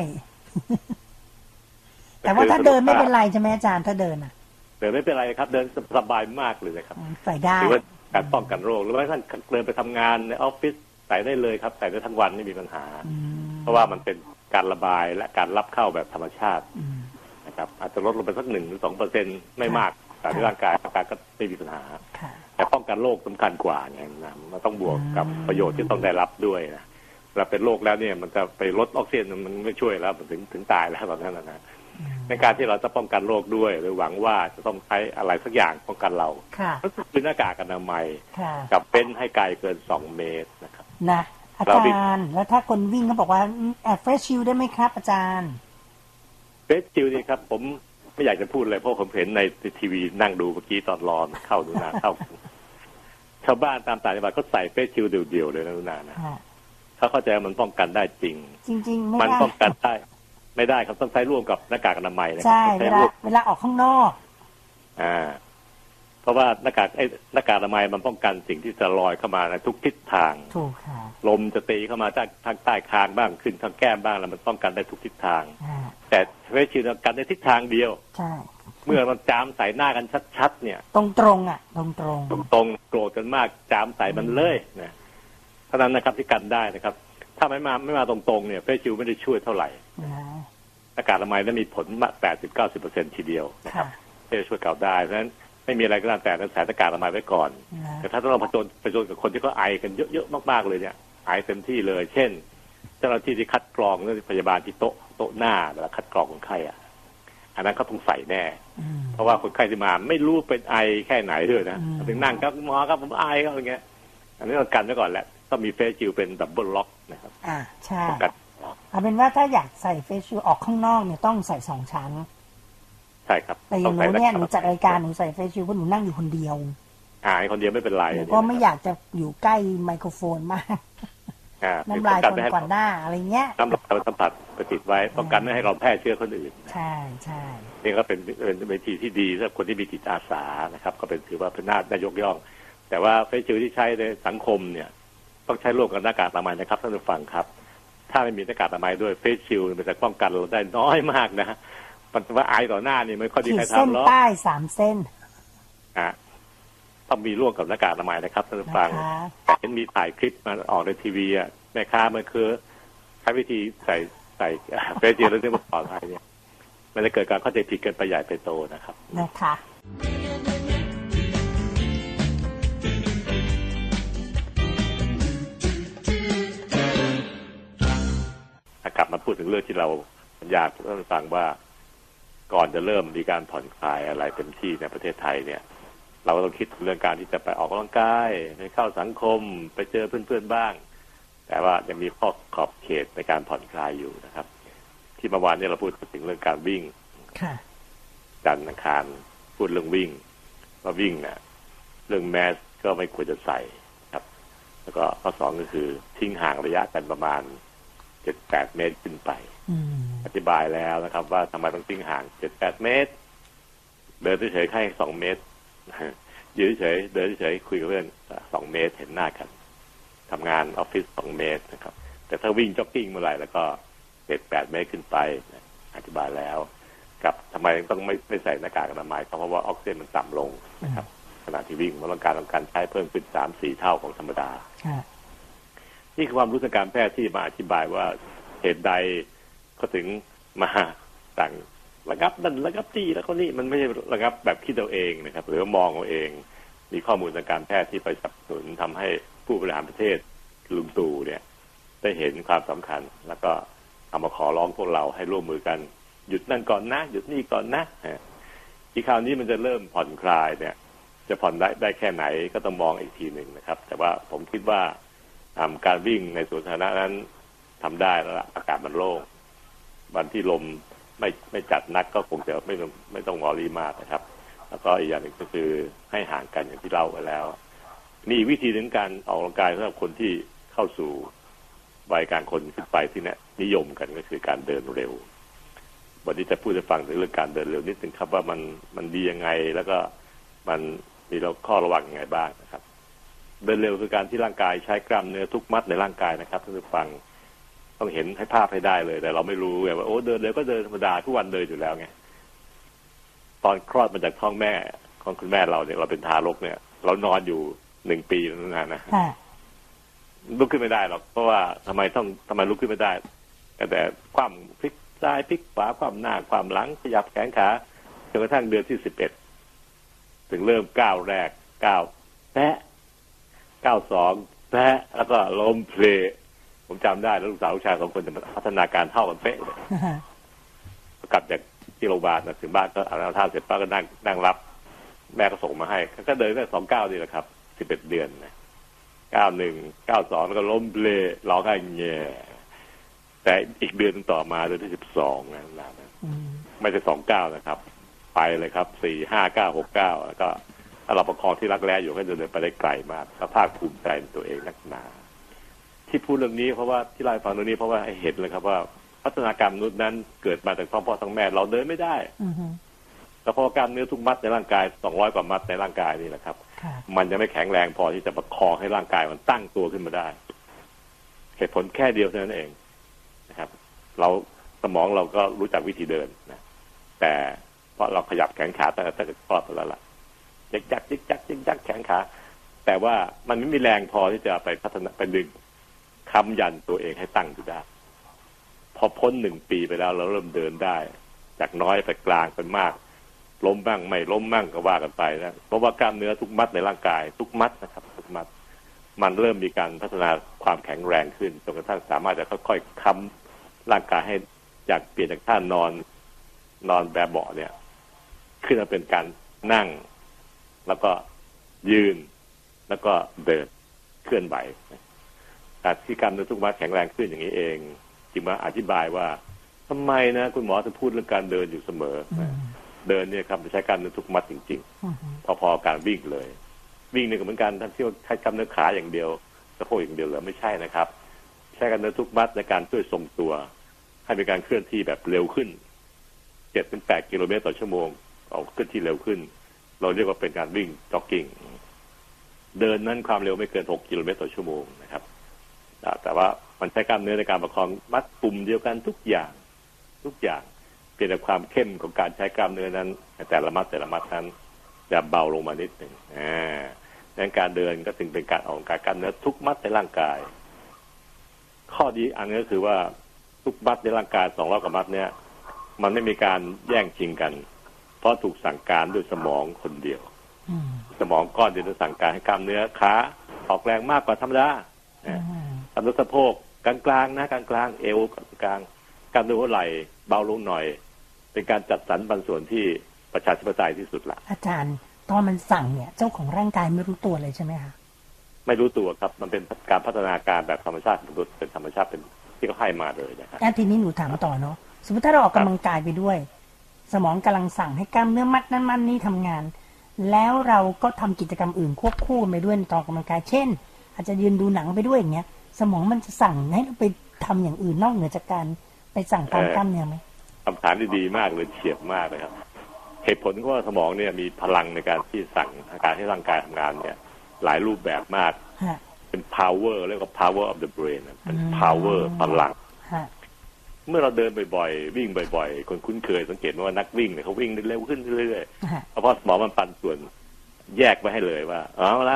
แต่ว่าถ้าเดินไม่เป็นไรใช่ไหมอาจารย์ถ้าเดินเดินไม่เป็นไรครับเดินสบายมากเลยนะครับใส่ได้หรือว่าการป้องกันโรคหรือว่าท่านเดินไปทำงานในออฟฟิศใส่ได้เลยครับใส่ได้ทั้งวันไม่มีปัญหาเพราะว่ามันเป็นการระบายและการรับเข้าแบบธรรมชาตินะครับอาจจะลดลงไปสัก1-2%ไม่มากแต่ในร่างกายก็ไม่มีปัญหาแต่ป้องกันโรคสำคัญกว่าไงนะมันต้องบวกกับประโยชน์ที่ต้องได้รับด้วยนะเวลาเป็นโรคแล้วเนี่ยมันจะไปลดออกซิเจนมันไม่ช่วยแล้วมันถึงตายแล้วแบบนั้นนะในการที่เราจะป้องกันโรคด้วยหรือหวังว่าจะต้องใช้อะไรสักอย่างป้องกันเราก็คือหน้ากากอนามัยกับเป็นให้ไกลเกิน2 เมตรนะครับนะอาจารย์แล้วถ้าคนวิ่งเขาบอกว่าเฟสชิลได้ไหมครับอาจารย์เฟสชิลนี่ครับผมไม่อยากจะพูดเลยเพราะผมเห็นในทีวีนั่งดูเมื่อกี้ตอนรอเข้าดูนาเข้าชาวบ้านตามต่างจังหวัดก็ใส่เฟสชิลเดี่ยวๆเลยนะดูนานะเขาเข้าใจมันป้องกันได้จริงมันป้องกันได้ไม่ได้ครับต้องใช้ร่วมกับหน้ากากอนามัยนะใช่เวลาออกข้างนอกเพราะว่าหน้ากากอนามัยมันป้องกันสิ่งที่จะลอยเข้ามาในทุกทิศทางถูกค่ะลมจะตีเข้ามาจากทางใต้คางบ้างขึ้นทางแก้มบ้างแล้วมันป้องกันได้ทุกทิศทางแต่เฟสชิลกันได้ทิศทางเดียวใช่เมื่อมันจามใส่หน้ากันชัดๆเนี่ยตรงโกรธกันมากจามใส่มันเลยนะเท่านั้นนะครับที่กันได้นะครับถ้าไม่มาตรงๆเนี่ยเฟสชิลไม่ได้ช่วยเท่าไหร่หน้ากากอนามัยนั้นมีผลมาก 80-90% ทีเดียวนะครับที่จะช่วยเก่าได้เพราะฉะนั้นไม่มีอะไรก็ตามแต่ใส่หน้ากากอนามัยไว้ก่อนแต่ถ้าเราผจญกับคนที่เขาไอกันเยอะๆมากๆเลยเนี่ยไอเต็มที่เลยเช่นเจ้าหน้าที่ที่คัดกรองพยาบาลที่โต๊ะหน้าแล้วคัดกรองคนไข้อันนั้นเขาต้องใส่แน่เพราะว่าคนไข้ที่มาไม่รู้เป็นไอแค่ไหนด้วยนะถึงนั่งครับหมอครับผมไอก็อะไรเงี้ยอันนี้เรากันไว้ก่อนแหละต้องมีเฟสชิลเป็นดับเบิลล็อกนะครับใช่เอาเป็นว่าถ้าอยากใส่เฟสชิลออกข้างนอกเนี่ยต้องใส่2 ชั้นใช่ครับแต่อย่างหนูเนี่ยหนูจัดรายการหนูใส่เฟซชิลเพราะหนูนั่งอยู่คนเดียวคนเดียวไม่เป็นไรหนูก็ไม่อยากจะอยู่ใกล้ไมโครโฟนมากน้ำลายคนก่อนหน้าอะไรเงี้ยน้ำลายสัมผัสไปติดไว้ป้องกันไม่ให้เราแพร่เชื้อคนอื่นใช่ใช่นี่ก็เป็นวิธีที่ดีสำหรับคนที่มีจิตอาสานะครับก็เป็นถือว่าเป็นน่ายกย่องแต่ว่าเฟซชิลที่ใช้ในสังคมเนี่ยต้องใช้ร่วมกับหน้ากากอนามัยนะครับท่านผู้ฟังครับถ้าไม่มีหน้ากากอนามัยด้วยเฟซชิลมันจะป้องกันเราได้น้อยมากนะมันว่าไอต่อหน้านี่ไม่ค่อยดีใครทำหรอกเส้นใต้3 เส้นต้องมีร่วมกับหน้ากากอนามัยนะครับท่านผู้ฟังแต่เห็นมีถ่ายคลิปมาออกในทีวีแม่ค้ามันคือใช้วิธีใส่เฟซชิลแล้วที่มันปลอดภัยเนี่ยมันจะเกิดการเข้าใจผิดกันไปใหญ่ไปโตนะครับนะคะกลับมาพูดถึงเรื่องที่เราอยากให้ท่านฟังว่าก่อนจะเริ่มมีการผ่อนคลายอะไรเต็มที่ในประเทศไทยเนี่ยเราก็ต้องคิดเรื่องการที่จะไปออกกำลังกายไปเข้าสังคมไปเจอเพื่อนๆบ้างแต่ว่ายังมีข้อขอบเขตในการผ่อนคลายอยู่นะครับที่เมื่อวานนี้เราพูดถึงเรื่องการวิ่งจันทร์อังคารพูดเรื่องวิ่งว่าวิ่งเนี่ยเรื่องแมสก็ไม่ควรจะใส่ครับแล้วก็ข้อ2ก็คือทิ้งห่างระยะกันประมาณ7-8 เมตรขึ้นไปอธิบายแล้วนะครับว่าทำไมต้องทิ้งห่าง 7-8 เมตรเดินเฉยๆแค่2 เมตรยืนเฉยเดินเฉยคุยกับเพื่อน2 เมตรเห็นหน้ากันทำงานออฟฟิศ2 เมตรนะครับแต่ถ้าวิ่งจ็อกกิ้งเมื่อไหร่แล้วก็ 7-8 เมตรขึ้นไปอธิบายแล้วกับทำไมต้องไม่ใส่หน้ากากอนามัยเพราะว่าออกซิเจนมันต่ำลงนะครับขณะที่วิ่งมันต้องการใช้เพิ่มขึ้น 3-4 เท่าของธรรมดานี่คือความรู้ทางการแพทย์ที่มาอธิบายว่าเหตุใดเขาถึงมาสั่งระงับนั่นระงับที่แล้วก็นี่มันไม่ใช่ระงับแบบคิดเอาเองนะครับหรือมองเอาเองมีข้อมูลทางการแพทย์ที่ไปสนับสนุนทำให้ผู้บริหารประเทศลุงตู่เนี่ยได้เห็นความสำคัญแล้วก็เอามาขอร้องพวกเราให้ร่วมมือกันหยุดนั่นก่อนนะหยุดนี่ก่อนนะจที่คราวนี้มันจะเริ่มผ่อนคลายเนี่ยจะผ่อนได้แค่ไหนก็ต้องมองอีกทีหนึ่งนะครับแต่ว่าผมคิดว่าการวิ่งในสวนสาธารณะนั้นทำได้แล้วอากาศมันโล่งวันที่ลมไม่จัดนักก็คงจะไม่ต้องวอรี่มากนะครับแล้วก็อีกอย่างหนึ่งก็คือให้ห่างกันอย่างที่เล่าไปแล้วมีวิธีถึงการออกกำลังกายสำหรับคนที่เข้าสู่วัยกลางคนขึ้นไปที่เนี่ยนิยมกันก็คือการเดินเร็ววันนี้จะพูดให้ฟังถึงเรื่องการเดินเร็วนิดนึงครับว่ามันดียังไงแล้วก็มันมีข้อระวังยังไงบ้างนะครับเดินเร็วคือการที่ร่างกายใช้กล้ามเนื้อทุกมัดในร่างกายนะครับท่านผู้ฟังต้องเห็นให้ภาพให้ได้เลยแต่เราไม่รู้ไงว่าโอ้เดินเร็วก็เดินธรรมดาทุกวันเดินอยู่แล้วไงตอนคลอดมาจากท้องแม่ของคุณแม่เราเนี่ยเราเป็นทารกเนี่ยเรานอนอยู่1 ปีนั่นนะลุกขึ้นไม่ได้หรอกเพราะว่าทำไมลุกขึ้นไม่ได้แต่ความพลิกซ้ายพลิกขวาความหน้าความหลังขยับแขนขาจนกระทั่งเดือนที่11ถึงเริ่มก้าวแรกก้าวแปะก้าว2แปะแล้วก็ล้มเพลผมจำได้แล้วลูกสาวลูกชาย2 คนจะพัฒนาการเท่ากันเป๊ะเลยกลับจากที่โรงพยาบาลถึงบ้านก็อาบน้ำท่าเสร็จป้าก็นั่งรับแม่ก็ส่งมาให้ก็เดินได้2 ก้าวนี่แหละครับ11 เดือนนะ91 92แล้วก็ล้มเพลร้องไห้แง่แต่อีกเดือนต่อมาเดือนที่12นะไม่ใช่2 ก้าวนะครับไปเลยครับ4 5 9 6 9แล้วก็ถ้าเราประคองที่รักแร้อยู่ก็เดินไปได้ไกลมากภาคภูมิใจในตัวเองนักหนาที่พูดเรื่องนี้เพราะว่าที่เล่าให้ฟังเรื่องนี้เพราะว่าให้เห็นเลยครับว่าพัฒนาการมนุษย์นั้นเกิดมาจากท้องพ่อท้องแม่เราเดินไม่ได้แล้วพอกล้ามเนื้อทุกมัดในร่างกาย200 กว่ามัดในร่างกายนี่แหละครับมันจะไม่แข็งแรงพอที่จะประคองให้ร่างกายมันตั้งตัวขึ้นมาได้เหตุผลแค่เดียวเท่านั้นเองนะครับเราสมองเราก็รู้จักวิธีเดินนะแต่เพราะเราขยับแขนขาตั้งแต่คลอดแล้วล่ะยึกยักแขนขาแต่ว่ามันไม่มีแรงพอที่จะไปพัฒนาไปดึงค้ำยันตัวเองให้ตั้งอยู่ได้พอพ้น1 ปีไปแล้วเราเริ่มเดินได้จากน้อยไปกลางเป็นมากล้มบ้างไม่ล้มบ้างก็ว่ากันไปนะเพราะว่ากล้ามเนื้อทุกมัดในร่างกายทุกมัดนะครับทุกมัดมันเริ่มมีการพัฒนาความแข็งแรงขึ้นจนกระทั่งสามารถจะค่อยๆค้ำร่างกายให้จากเปลี่ยนจากท่านอนแบบเบาะเนี่ยขึ้นมาเป็นการนั่งแล้วก็ยืนแล้วก็เดินเคลื่อนไหวการที่กล้ามเนื้อทุกมัดแข็งแรงขึ้นอย่างนี้เองจึงมาอธิบายว่าทำไมนะคุณหมอจะพูดเรื่องการเดินอยู่เสมอเดินเนี่ยครับใช้กล้ามเนื้อทุกมัดจริงๆพอๆการวิ่งเลยวิ่งเนี่ยก็เหมือนกันท่านที่ใช้กล้ามเนื้อขาอย่างเดียวสะโพกอย่างเดียวเหรอไม่ใช่นะครับใช้กล้ามเนื้อทุกมัดในการช่วยทรงตัวให้มีการเคลื่อนที่แบบเร็วขึ้น 7-8 กิโลเมตรต่อชั่วโมงเอาเคลื่อนที่เร็วขึ้นเราเรียกว่าเป็นการวิ่งจ็อกกิ้งเดินนั้นความเร็วไม่เกิน6 กิโลเมตรต่อชั่วโมงนะครับแต่ว่ามันใช้กล้ามเนื้อในการประคองมัดปุ่มเดียวกันทุกอย่างเพียงแต่ความเข้มของการใช้กล้ามเนื้อนั้นแต่ละมัดนั้นจะเบาลงมานิดหนึ่งดังนั้นการเดินก็ถึงเป็นการออกกำลังกายกล้ามเนื้อทุกมัดในร่างกายข้อดีอันนี้ก็คือว่าทุกมัดในร่างกาย200 กว่ามัดเนี่ยมันไม่มีการแย่งชิงกันเพราะถูกสั่งการด้วยสมองคนเดียวสมองก้อนเดียวจะสั่งการให้กล้ามเนื้อขาออกแรงมากกว่าธรรมดากล้ามเนื้อสะโพกกลางๆนะกลางๆเอวกลางกล้ามเนื้อหัวไหล่เบาลงหน่อยเป็นการจัดสรรปันส่วนที่ประชาธิปไตยที่สุดละอาจารย์ตอนมันสั่งเนี่ยเจ้าของร่างกายไม่รู้ตัวเลยใช่ไหมคะไม่รู้ตัวครับมันเป็นการพัฒนาการแบบธรรมชาติเป็นธรรมชาติเป็นที่เขาให้มาเลยนะครับทีนี้หนูถามต่อเนาะสมมติถ้าเราออกกำลังกายไปด้วยสมองกำลังสั่งให้กล้ามเนื้อมัดนั้นมัดนี้ทำงานแล้วเราก็ทำกิจกรรมอื่นควบคู่ไปด้วยตอนออกกำลังกายเช่นอาจจะยืนดูหนังไปด้วยอย่างเงี้ยสมองมันจะสั่งให้เราไปทำอย่างอื่นนอกเหนือจากการไปสั่งตามกล้ามเนื้อไหมคำถามดีมากเลยเฉียบมากเลยครับเหตุผลก็ว่าสมองเนี่ยมีพลังในการที่สั่งการให้ร่างกายทำงานเนี่ยหลายรูปแบบมากเป็น power เรียกว่า power of the brain เป็น power พลังเมื่อเราเดินบ่อยๆวิ่งบ่อยๆคนคุ้นเคยสังเกตว่านักวิ่งเนี่ยเขาวิ่งเร็วขึ้นเรื่อยๆเพราะสมองมันปันส่วนแยกไว้ให้เลยว่าเอาละ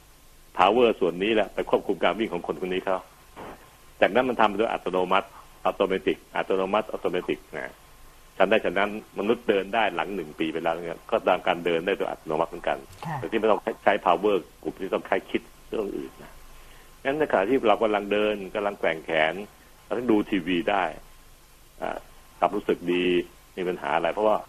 power ส่วนนี้แหละไปควบคุมการวิ่งของคนคนนี้เขาจากนั้นมันทำโดยอัตโนมัติอัตโนมัตินะฉันได้ฉะนั้นมนุษย์เดินได้หลัง1 ปีไปแล้วเนี่ยก็ตามการเดินได้โดยอัตโนมัติเหมือนกันแต่ที่ไม่ต้องใช้ power กลุ่มที่ต้องใช้คิดเรื่องอื่นนะงั้นในขณะที่เรากำลังเดินกำลังแกว่งแขนเราต้องดูทีวีได้ความรู้สึกดีมีปัญหาอะไรเพราะว่า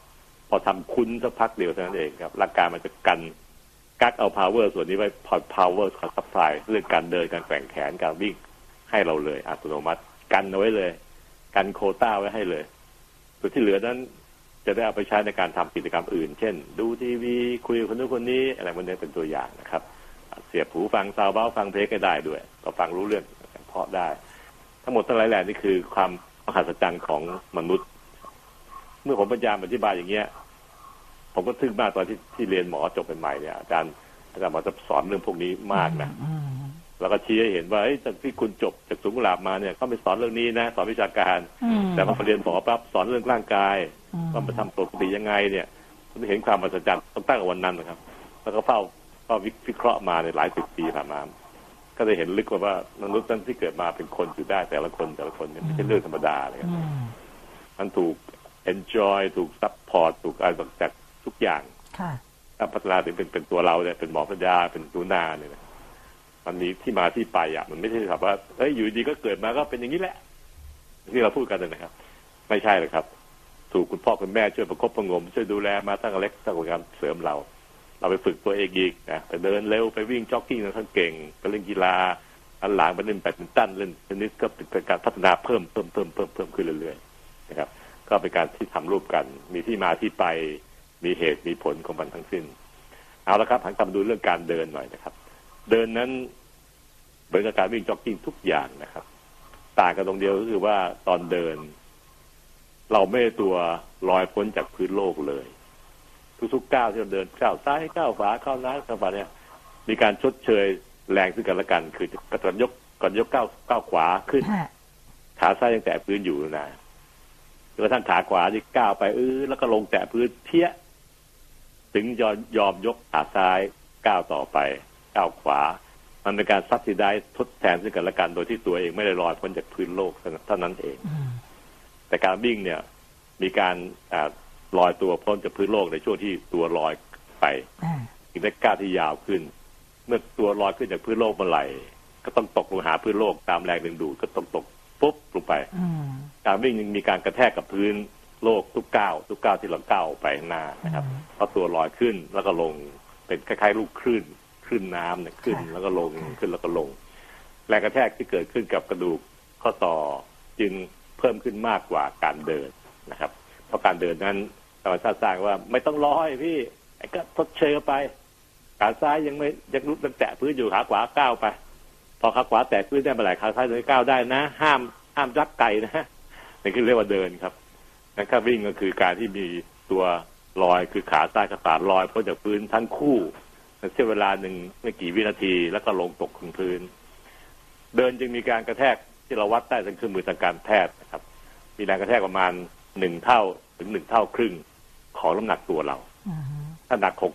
พอทำคุ้นสักพักเดียวเท่านั้นเองครับร่างกายมันจะกักเอา power ส่วนนี้ไว้พอ power ของ supply เรื่องการเดินการแกว่งแขนการวิ่งให้เราเลยอัตโนมัติกันเอาไว้เลยกันโควต้าไว้ให้เลยส่วนที่เหลือนั้นจะได้เอาไปใช้ในการทำกิจกรรมอื่นเช่นดูทีวีคุยกับคนนู้นคนนี้อะไรพวกนี้เป็นตัวอย่างนะครับเสียบหูฟังซาวด์เบาฟังเพลงก็ได้ด้วยก็ฟังรู้เรื่องเพราะได้ทั้งหมดทั้งหลายแหล่นี่คือความมหัศจรรย์ของมนุษย์เมื่อผมพยายามอธิบายอย่างเงี้ยผมก็ทึ่งมากตอนที่เรียนหมอจบใหม่ๆเนี่ยอาจารย์หมอจะสอนเรื่องพวกนี้มากนะแล้วก็ชี้ให้เห็นว่าจากที่คุณจบจากสวนกุหลาบมาเนี่ยเขาไม่สอนเรื่องนี้นะสอนวิชาการแต่พอเรียนหมอปั๊บสอนเรื่องร่างกายว่ามันทำปกติยังไงเนี่ยผมเห็นความมหัศจรรย์ตั้งแต่วันนั้นนะครับแล้วก็เฝ้าวิเคราะห์มาในหลายสิบปีผ่านมาก็ได้เห็นลึกว่ามนุษย์นั้นที่เกิดมาเป็นคนอยู่ได้แต่ละคนเนี่ยไม่ใช่เรื่องธรรมดาเลยครับมันถูก enjoy ถูก support ถูกอะไรจากทุกอย่างพัฒนาถึงเป็นตัวเราเนี่ยเป็นหมอปัญญาเป็นตูนาเนี่ยนะมันมีที่มาที่ไปมันไม่ใช่แบบว่าอยู่ดีก็เกิดมาก็เป็นอย่างนี้แหละที่เราพูดกันนะครับไม่ใช่เลยครับถูกคุณพ่อคุณแม่ช่วยประคบประงมช่วยดูแลมาตั้งแต่เล็กตั้งแต่การเสริมเราไปฝึกตัวเองอีกนะไปเดินเร็วไปวิ่งจ็อกกิ้งทั้งเก่งไปเล่นกีฬาอันหลังไปเล่นแบดมินตันเล่นเทนนิสก็เป็นการพัฒนาเพิ่มขึ้นเรื่อยๆนะครับก็เป็นการที่ทำร่วมกันมีที่มาที่ไปมีเหตุมีผลของมันทั้งสิ้นเอาละครับหันกลับมาดูเรื่องการเดินหน่อยนะครับเดินนั้นเหมือนกับการวิ่งจ็อกกิ้งทุกอย่างนะครับต่างกันตรงเดียวก็คือว่าตอนเดินเราไม่ตัวลอยพ้นจากพื้นโลกเลยทุกๆก้าวที่เราเดินก้าวซ้ายก้าวขวาก้าวหน้าก้าวขวาเนี่ยมีการชดเชยแรงซึ่งกันและกันคือก่อนยกก้าวขวาขึ้นขาซ้ายยังแตะพื้นอยู่นะจนกระทั่งขาขวาที่ก้าวไปแล้วก็ลงแตะพื้นเพี้ยถึงยอมยกขาซ้ายก้าวต่อไปก้าวขวามันเป็นการซับซิได้ทดแทนซึ่งกันและกันโดยที่ตัวเองไม่ได้ลอยพ้นจากพื้นโลกเท่านั้นเองแต่การวิ่งเนี่ยมีการลอยตัวพ้นจากพื้นโลกในช่วงที่ตัวลอยไปถึงได้ก้าวที่ยาวขึ้นเมื่อตัวลอยขึ้นจากพื้นโลกเมื่อไหร่ก็ต้องตกลงหาพื้นโลกตามแรงดึงดูดก็ต้องตกปุ๊บลงไปการวิ่งยังมีการกระแทกกับพื้นโลกทุกก้าวที่เราก้าวไปข้างหน้านะครับเพราะตัวลอยขึ้นแล้วก็ลงเป็นคล้ายๆลูกคลื่นน้ำเนี่ยขึ้นแล้วก็ลงขึ้นแล้วก็ลงแรงกระแทกที่เกิดขึ้นกับกระดูกข้อต่อจึงเพิ่มขึ้นมากกว่าการเดินนะครับเพราะการเดินนั้นธรรมชาติสร้างว่าไม่ต้องรอให้พี่ก็ทดเชยไปขาซ้ายยังลุกแตะพื้นอยู่ขาขวาก้าวไปพอขาขวาแตะพื้นได้เมื่อไหร่ขาซ้ายจะก้าวได้นะห้ามรักไก่นะนี่คือเรียกว่าเดินครับนั่นก็วิ่งก็คือการที่มีตัวลอยคือขาซ้ายกับขาลอยพ้นจากพื้นทั้งคู่ในเสี้ยวเวลาหนึ่งไม่กี่วินาทีแล้วก็ลงตกถึงพื้นเดินจึงมีการกระแทกที่เราวัดได้ทางเครื่องมือทางการแพทย์นะครับมีแรงกระแทกประมาณ1 เท่าถึง1 เท่าครึ่งของน้ำหนักตัวเราถ้าหนัก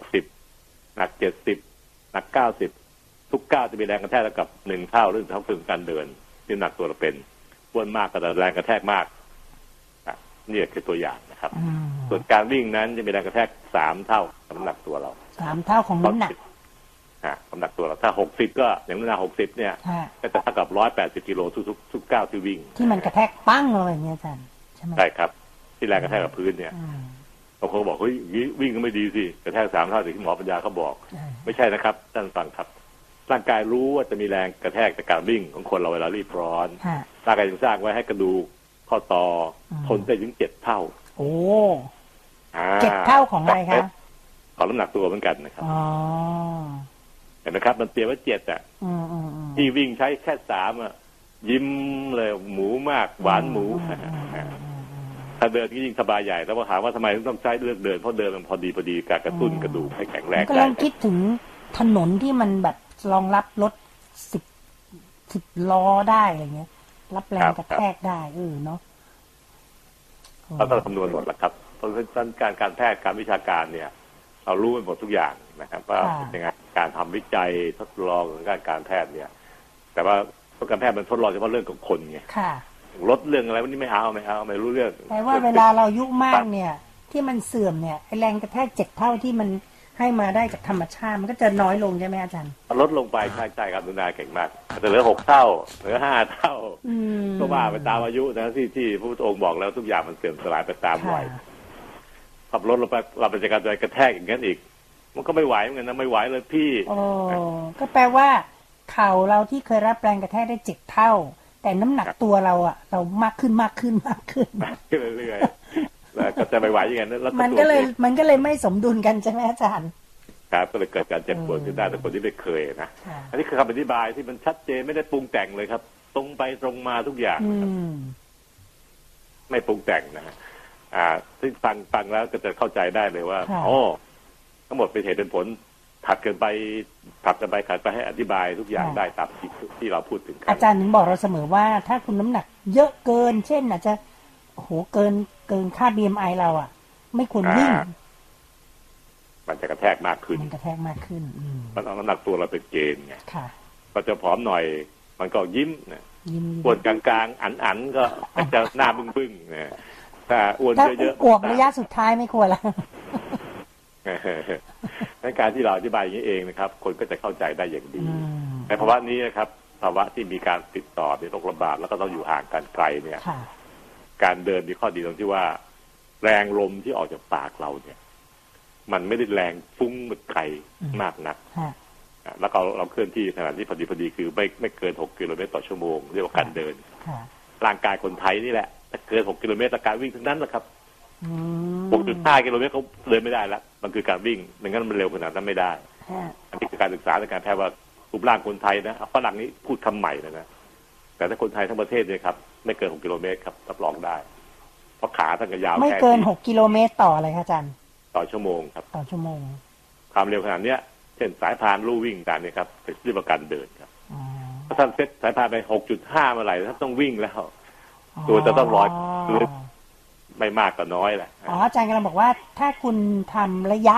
60หนัก70หนัก90ทุกก้าวจะมีแรงกระแทกเท่ากับ1 เท่าหรือ1 เท่าครึ่งการเดินที่น้ำหนักตัวเราเป็นอ้วนมากก็แรงกระแทกมากนี่คือตัวอย่างนะครับส่วนการวิ่งนั้นจะมีแรงกระแทก3 เท่าของน้ำหนักตัวเรา 3 เท่าของน้ำหนักน้ำหนักตัวเราถ้า60ก็อย่างน้ำหนัก60เนี่ยก็จะเท่ากับ180 กิโลทุกก้าวที่วิ่งที่มันกระแทกปั้งเลยเนี่ยอาจารย์ใช่ไหมใช่ครับที่แรงกระแทกกับพื้นเนี่ยบางคนบอกเฮ้ยวิ่งก็ไม่ดีสิกระแทก3 เท่าที่หมอปัญญาเขาบอกไม่ใช่นะครับท่านฟังครับร่างกายรู้ว่าจะมีแรงกระแทกจากการวิ่งของคนเราเวลารีบร้อนร่างกายจึงสร้างไว้ให้กระดูกข้อต่อทนได้ถึง7 เท่าโอ้7 เท่าของอะไรคะของน้ำหนักตัวเหมือนกันนะครับเห็นไหมครับมันเตรียมไว้7ที่วิ่งใช้แค่3ยิ้มเลยหมูมากหวานหมูถ้าเดินก็ยิ่งสบายใหญ่แล้วพอถามว่าทำไมต้องใช้เลือกเดินเพราะเดินมันพอดีการกระตุ้นกระดูกให้แข็งแรงก็ลองคิดถึงถนนที่มันแบบรองรับรถ10 ล้อได้อะไรเงี้ยรับแรงกระแทกได้เนาะเราต้องคำนวณหมดแล้วครับเพราะฉะนั้นการแพทย์การวิชาการเนี่ยเรารู้หมดทุกอย่างนะครับว่าเป็นการทำวิจัยทดลองของการแพทย์เนี่ยแต่ว่าการแพทย์มันทดลองเฉพาะเรื่องของคนไงลดเรื่องอะไรวันนี้ไม่รู้เรื่องแต่ว่าเวลาเราอายุมากเนี่ยที่มันเสื่อมเนี่ยแรงกระแทก7 เท่าที่มันให้มาได้จากธรรมชาติมันก็จะน้อยลงใช่ไหมอาจารย์ลดลงไปใช่ครับดุนาเก่งมากจะเหลือ6 เท่าเหลือ5 เท่าก็ว่าไปตามอายุนะที่พระพุทธองค์บอกแล้วทุกอย่างมันเสื่อมสลายไปตามวัยขับรถเราไปจากการกระแทกอย่างนั้นอีกมันก็ไม่ไหวเหมือนกันนะไม่ไหวเลยพี่โอ้ก็แปลว่าเข่าเราที่เคยรับแรงกระแทกได้7 เท่าแต่น้ำหนักตัวเราอ่ะเรามากขึ้นเรื่อยๆแล้วก็จะไม่ไหวอย่างนั้นแล้วมันก็เลยไม่สมดุลกันใช่ไหมอาจารย์ครับก็เลยเกิดการเจ็บปวดขึ้นได้แต่คนที่ไม่เคยนะอันนี้คือคำอธิบายที่มันชัดเจนไม่ได้ปรุงแต่งเลยครับตรงไปตรงมาทุกอย่างไม่ปรุงแต่งนะฮะซึ่งฟังแล้วก็จะเข้าใจได้เลยว่าอ๋อทั้งหมดเป็นเหตุเป็นผลถัดกันไปขัดไปให้อธิบายทุกอย่างได้ตามที่เราพูดถึงกันอาจารย์ถึงบอกเราเสมอว่าถ้าคุณน้ำหนักเยอะเกินเช่นอาจจะโหเกินค่า BMI เราอ่ะไม่ควรวิ่งมันจะกระแทกมากขึ้นมันเอาน้ำหนักตัวเราเป็นเกณฑ์ไงก็จะผอมหน่อยมันก็ยิ้มนะอ้วนกลางๆอันก็จะหน้าบึ้งๆนะถ้าอ้วนเยอะๆอวบระยะสุดท้ายไม่ควรละในการที่เราอธิบายอย่างนี้เองนะครับคนก็จะเข้าใจได้อย่างดีในภาวะนี้นะครับภาวะที่มีการติดต่อในโรคระบาดแล้วก็ต้องอยู่ห่างกันไกลเนี่ยการเดินมีข้อดีตรงที่ว่าแรงลมที่ออกจากปากเราเนี่ยมันไม่ได้แรงฟุ้งเหมือนไกลมากนักแล้วเราเคลื่อนที่ขนาดที่พอดีคือไม่เกิน6 กิโลเมตรต่อชั่วโมงเรียกว่าการเดินร่างกายคนไทยนี่แหละถ้าเกิน6 กิโลเมตรการวิ่งทั้งนั้นแหละครับ6.5 กิโลเมตรเขาเดินไม่ได้แล้วมันคือการวิ่งไม่งั้นมันเร็วขนาดนั้นไม่ได้อันนี้คือการศึกษาในการแพทย์ว่ารูปร่างคนไทยนะฝรั่งนี้พูดคำใหม่นะแต่ถ้าคนไทยทั้งประเทศเนี่ยครับไม่เกิน6 กิโลเมตรครับรับรองได้เพราะขาท่านก็ยาวไม่เกิน6 กิโลเมตรต่ออะไรครับอาจารย์ต่อชั่วโมงครับต่อชั่วโมงความเร็วขนาดนี้เช่นสายพานลู่วิ่งต่างนี้ครับเป็นเรื่องการเดินครับถ้าท่านเซตสายพานไป 6.5 เมื่อไหร่ท่านต้องวิ่งแล้วตัวจะต้องร้อยไม่มากก็น้อยแหละอาจารย์กำลังบอกว่าถ้าคุณทำระยะ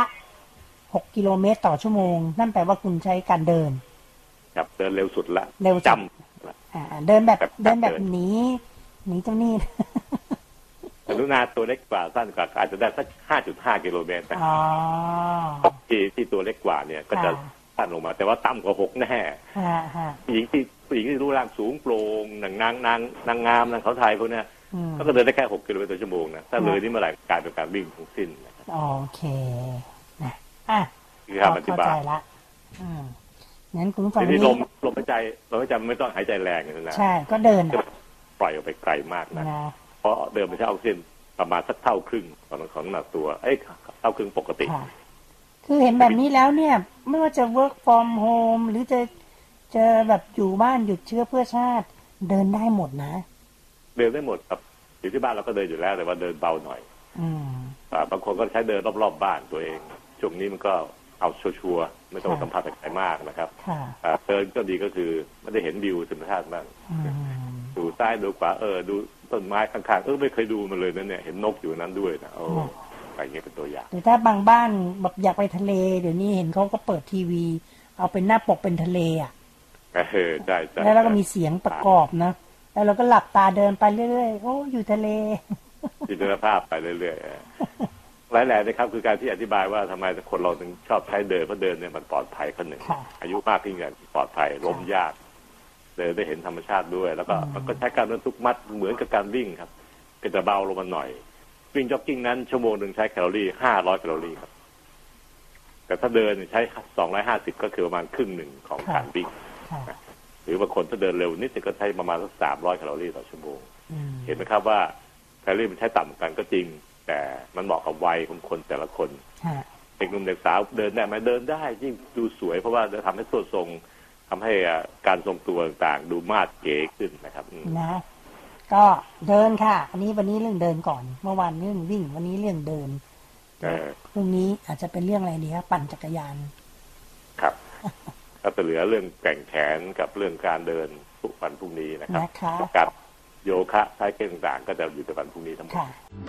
6 กิโลเมตรต่อชั่วโมงนั่นแปลว่าคุณใช้การเดินครับเดินเร็วสุดละจำเดินแบบนี้เจ้านี่กรุณาตัวเล็กกว่าสั้นกว่าอาจจะได้สัก 5.5 กิโลเมตรที่ตัวเล็กกว่าเนี่ยก็จะสั้นลงมาแต่ว่าต่ำกว่า6แน่ผู้หญิงที่รูปร่างสูงโปร่งนางงามนางเขาไทยพวกเนี้ยก็เดินได้แค่6 กิโลเมตรต่อชั่วโมงนะถ้าเลยนี่เมื่อไหร่กลายเป็นการวิ่งทั้งสิ้นโอเคนะคือคำอธิบายละงั้นคุณฟังนี่ลมหายใจไม่ต้องหายใจแรงนะใช่ก็เดินปล่อยออกไปไกลมากนะเพราะเดินไปใช้ออกซิเจนประมาณสักเท่าครึ่งของน้ำหนักตัวเท่าครึ่งปกติคือเห็นแบบนี้แล้วเนี่ยไม่ว่าจะ work from home หรือจะแบบอยู่บ้านหยุดเชื้อเพื่อชาติเดินได้หมดนะเดินได้หมดครับอยู่ที่บ้านเราก็เดินอยู่แล้วแต่ว่าเดินเบาหน่อยบางคนก็ใช้เดินรอบๆบ้านตัวเองช่วงนี้มันก็เอาชัวร์ไม่ต้องสัมผัสอะไรมากนะครับเดินก็ดีก็คือไม่ได้เห็นวิวธรรมชาติบ้างดูใต้ดูขวาดูต้นไม้ข้างๆไม่เคยดูมันเลยนั่นเนี่ยเห็นนกอยู่นั้นด้วยนะอะไรเงี้ยเป็นตัวอย่างแต่ถ้าบางบ้านแบบอยากไปทะเลเดี๋ยวนี้เห็นเขาก็เปิดทีวีเอาเป็นหน้าปกเป็นทะเลอ่ะใช่แล้วก็มีเสียงประกอบนะแล้วเราก็หลับตาเดินไปเรื่อยๆโอ้อยู่ทะเลจินตนาภาพไปเรื่อยๆหลายๆนะครับคือการที่อธิบายว่าทำไมคนเราถึงชอบใช้เดินเพราะเดินเนี่ยมันปลอดภัยข้อหนึ่งอายุมากขึ้นอย่างปลอดภัยล้มยากเดินได้เห็นธรรมชาติด้วยแล้วก็มันก็ใช้การบรรทุกมัดเหมือนกับการวิ่งครับก็จะเบาลงมาหน่อยวิ่งจ็อกกิ้งนั้นชั่วโมงนึงใช้แคลอรี่500 แคลอรี่ครับแต่ถ้าเดินใช้250ก็คือประมาณครึ่งหนึ่งของการวิ่งหรือบางคนถ้าเดินเร็วนิดนึงก็ใช้ประมาณสัก300 แคลอรี่ต่อชั่วโมงเห็นไหมครับว่าแคลอรี่มันใช้ต่ำกันก็จริงแต่มันเหมาะกับวัยของคนแต่ละคนเด็กหนุ่มเด็กสาวเดินได้ไหมเดินได้ยิ่งดูสวยเพราะว่าจะทำให้ส่วนทรงทำให้การทรงตัวต่างๆดูมาดเก๋ขึ้นนะครับนะก็เดินค่ะวันนี้เรื่องเดินก่อนเมื่อวานเรื่องวิ่งวันนี้เรื่องเดินพรุ่งนี้อาจจะเป็นเรื่องอะไรดีครับปั่นจักรยานครับก็จะเหลือเรื่องแข่งแขนกับเรื่องการเดินทุกวันพรุ่งนี้นะครับกับโยคะใช้เครื่องต่างๆก็จะอยู่ในวันพรุ่งนี้ทั้งหมด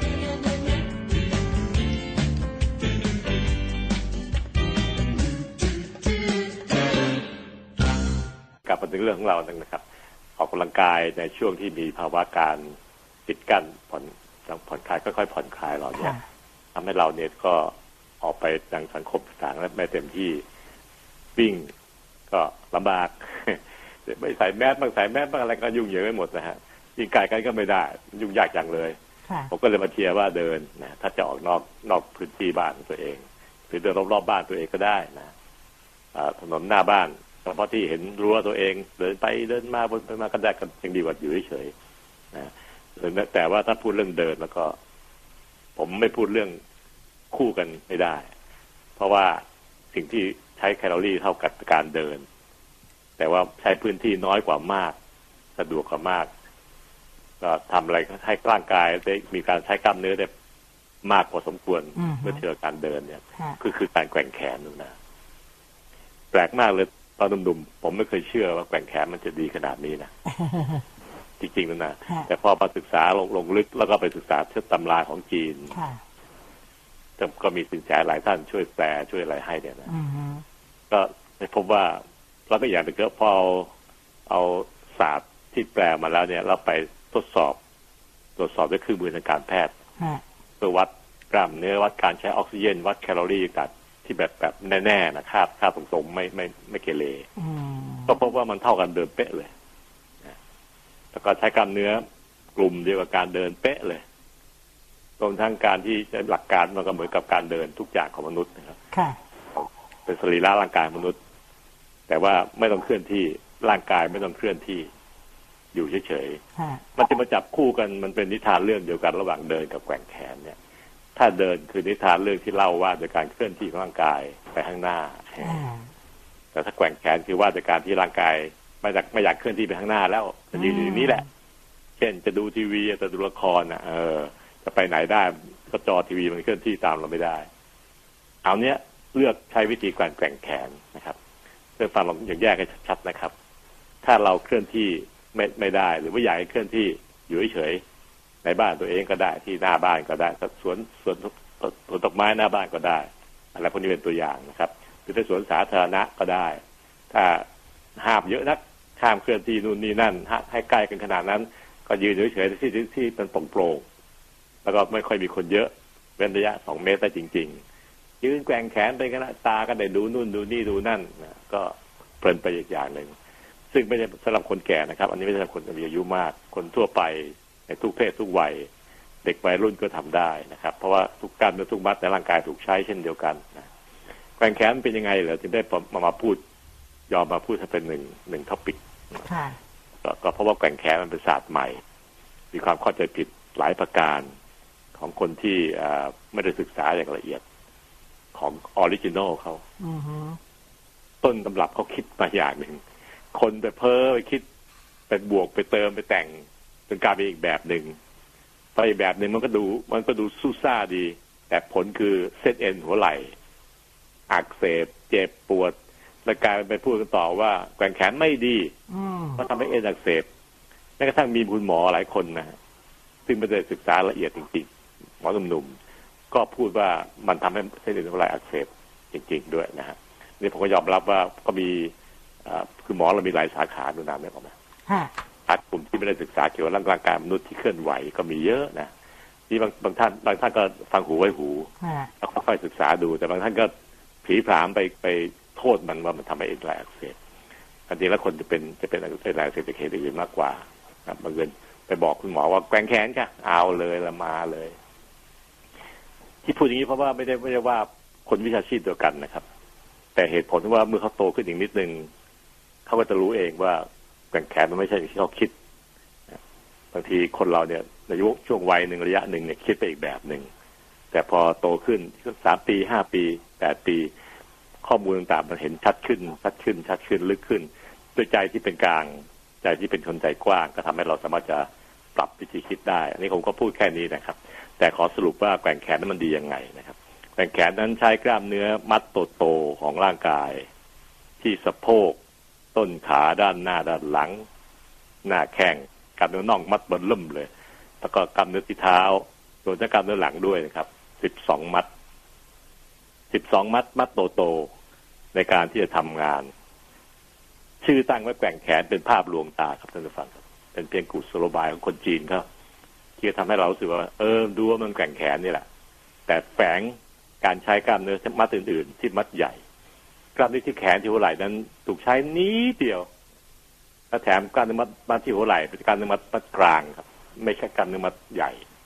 กลับมาถึงเรื่องของเรานะครับออกกำลังกายในช่วงที่มีภาวะการปิดกั้นผ่อนคลายค่อยๆผ่อนคลายเราเนี่ยทำให้เราเนี่ยก็ออกไปทางสังคมต่างๆและไม่เต็มที่วิ่งก็ลำบากไม่ใส่แมสบ้างใส่แมสบ้างอะไรก็ยุ่งเหยิงไปหมดนะฮะยิงไกลกันก็ไม่ได้ยุ่งยากอย่างเลยผมก็เลยมาเชียร์ว่าเดินนะถ้าจะออกนอกพื้นที่บ้านตัวเองหรือเดินรอบๆบ้านตัวเองก็ได้นะถนนหน้าบ้านเฉพาะที่เห็นรั้วตัวเองเดินไปเดินมาบนไปมาก็ได้ก็ยังดีกว่าอยู่เฉยๆนะแต่ว่าถ้าพูดเรื่องเดินแล้วก็ผมไม่พูดเรื่องคู่กันไม่ได้เพราะว่าสิ่งที่ใช้แคลอรี่เท่ากับการเดินแต่ว่าใช้พื้นที่น้อยกว่ามากสะดวกกว่ามากก็ทำอะไรให้ร่างกายได้มีการใช้กล้ามเนื้อได้มากพอสมควรเมื่อเทียบการเดินเนี่ยคือการแกว่งแขนนู่นนะแปลกมากเลยตอนหนุ่มๆผมไม่เคยเชื่อว่าแกว่งแขนมันจะดีขนาดนี้นะจริงๆนั่นนะแต่พอมาศึกษาลงลึกแล้วก็ไปศึกษาเรื่องตำราของจีนก็มีสินแสหลายท่านช่วยแปลช่วยอะไรให้เนี่ยนะก็พบว่าเราก็อย่างไปเกิดพอเอาศาสตร์ที่แปลมาแล้วเนี่ยเราไปตรวจสอบด้วยเครื่องมือทางการแพทย์เพื่อวัดกล้ามเนื้อวัดการใช้ออกซิเจนวัดแคลอรี่ต่างที่แบบแน่ๆนะค่าตรงๆไม่เกเรก็พบว่ามันเท่ากันเดินเป๊ะเลยแล้วก็ใช้กล้ามเนื้อกลุ่มเดียวกับการเดินเป๊ะเลยรวมทั้งการที่ใช้หลักการมันก็เหมือนกับการเดินทุกอย่างของมนุษย์นะครับเป็นสรีระร่างกายมนุษย์แต่ว่าไม่ต้องเคลื่อนที่ร่างกายไม่ต้องเคลื่อนที่อยู่เฉยๆมันจะมาจับคู่กันมันเป็นนิทานเรื่องเดียวกันระหว่างเดินกับแกว่งแขนเนี่ยถ้าเดินคือนิทานเรื่องที่เล่าว่าโดยการเคลื่อนที่ของร่างกายไปข้างหน้าแต่ถ้าแกว่งแขนคือว่าโดยการที่ร่างกายไม่อยากเคลื่อนที่ไปข้างหน้าแล้วจะยืนอยู่นี้แหละเช่นจะดูทีวีจะดูละครจะไปไหนได้ก็จอทีวีมันเคลื่อนที่ตามเราไม่ได้เอาเนี้ยเลือกใช้วิธีการแกว่งแขนนะครับเพื่อฟังเราอย่างแยกให้ชัดๆนะครับถ้าเราเคลื่อนที่ไม่ได้หรือว่าอยากให้เคลื่อนที่อยู่เฉยๆในบ้านตัวเองก็ได้ที่หน้าบ้านก็ได้สวนดอกไม้หน้าบ้านก็ได้อะไรพวกนี้เป็นตัวอย่างนะครับหรือในสวนสาธารณะก็ได้ถ้าห้ามเยอะนักห้ามเคลื่อนที่นู่นนี่นั่นให้ใกล้กันขนาดนั้นก็ยืนเฉยๆที่มันโปร่งๆแล้วก็ไม่ค่อยมีคนเยอะเว้นระยะ2 เมตรได้จริงๆยืนแกว่งแขนไปกันตาก็ได้ดูนู่นดูนี่ดูนั่นก็เพลินไปอีกอย่างหนึ่งซึ่งไม่ใช่สำหรับคนแก่นะครับอันนี้ไม่ใช่สำหรับคนมีอายุมากคนทั่วไปในทุกเพศทุกวัยเด็กวัยรุ่นก็ทำได้นะครับเพราะว่าทุกกล้ามเนื้อทุกมัดในร่างกายถูกใช้เช่นเดียวกันนะแกว่งแขนเป็นยังไงเหรอจึงได้มาพูดยอมมาพูดให้เป็นหนึ่งท็อปิกก็เพราะว่าแกว่งแขนมันเป็นศาสตร์ใหม่มีความเข้าใจผิดหลายประการของคนที่ไม่ได้ศึกษาอย่างละเอียดของออริจินอลเขาต้นตำรับเขาคิดมาอย่างหนึ่งคนไปเพ้อไปคิดไปบวกไปเติมไปแต่งจนกลายเป็นอีกแบบหนึ่งไปอีกแบบหนึ่งมันก็ดูสู้ซ่าดีแต่ผลคือเส้นเอ็นหัวไหล่อักเสบเจ็บปวดแล้วกลายไปพูดกันต่อว่าแกว่งแขนไม่ดีเพราะทำให้เอ็นอักเสบแม้กระทั่งมีคุณหมอหลายคนนะซึ่งไม่ได้ศึกษาละเอียดจริงๆหมอหนุ่มๆก็พูดว่ามันทำให้เส้นเอ็นหัวไหล่อักเสบจริงๆด้วยนะฮะนี่ผมก็ยอมรับว่าก็มีคือหมอเรามีหลายสาขาดูนามเนี่ยออกมากลุ่มที่ไม่ได้ศึกษาเกี่ยวกับร่างกายมนุษย์ที่เคลื่อนไหวก็มีเยอะนะที่บางท่านก็ฟังหูไว้หูแล้วค่อยศึกษาดูแต่บางท่านก็ผีผลามไปโทษมันว่ามันทำให้เอ็นไหล่อักเสบจริงแล้วคนจะเป็นเอ็นไหล่อักเสบจากเหตุอื่นมากกว่าบางเงินไปบอกคุณหมอว่าแกว่งแขนค่ะเอาเลยละมาเลยที่พูดอย่างนี้เพราะว่าไม่ได้ว่าคนวิชาชีพเดียวกันนะครับแต่เหตุผลว่าเมื่อเขาโตขึ้นอีกนิดนึงเขาก็จะรู้เองว่าแกว่งแขนมันไม่ใช่อย่างที่เขาคิดบางทีคนเราเนี่ยในช่วงวัยหนึ่งระยะหนึ่งเนี่ยคิดไปอีกแบบหนึ่งแต่พอโตขึ้น3 ปี5 ปี8 ปีข้อมูลต่างๆมันเห็นชัดขึ้นลึกขึ้นด้วยใจที่เป็นกลางใจที่เป็นคนใจกว้างก็ทำให้เราสามารถจะปรับวิธีคิดได้อันนี้ผมก็พูดแค่นี้นะครับแต่ขอสรุปว่าแกว่งแขนนั้นมันดียังไงนะครับแกว่งแขนนั้นใช้กล้ามเนื้อมัดโตๆของร่างกายที่สะโพกต้นขาด้านหน้าด้านหลังหน้าแข้งกล้ามเนื้อน่องมัดบนล่มเลยแล้วก็กล้ามเนื้อที่เท้ารวมทั้งกล้ามเนื้อหลังด้วยนะครับ12 มัดมัดโตๆในการที่จะทำงานชื่อตั้งไว้แกว่งแขนเป็นภาพลวงตาครับท่านผู้ฟังเป็นเพียงกุศโลบายของคนจีนเขาที่จะทำให้เรารู้สึกว่าดูว่ามันแกว่งแขนนี่แหละแต่แฝงการใช้กล้ามเนื้อมัดอื่นๆที่มัดใหญ่กล้ามเนื้อที่แขนที่หัวไหล่นั้นถูกใช้นิดเดียวและแถมกล้ามเนื้อมัดที่หัวไหล่เป็นกล้ามเนื้อมัดกลางครับไม่ใช่กล้ามเนื้อมัดใหญ่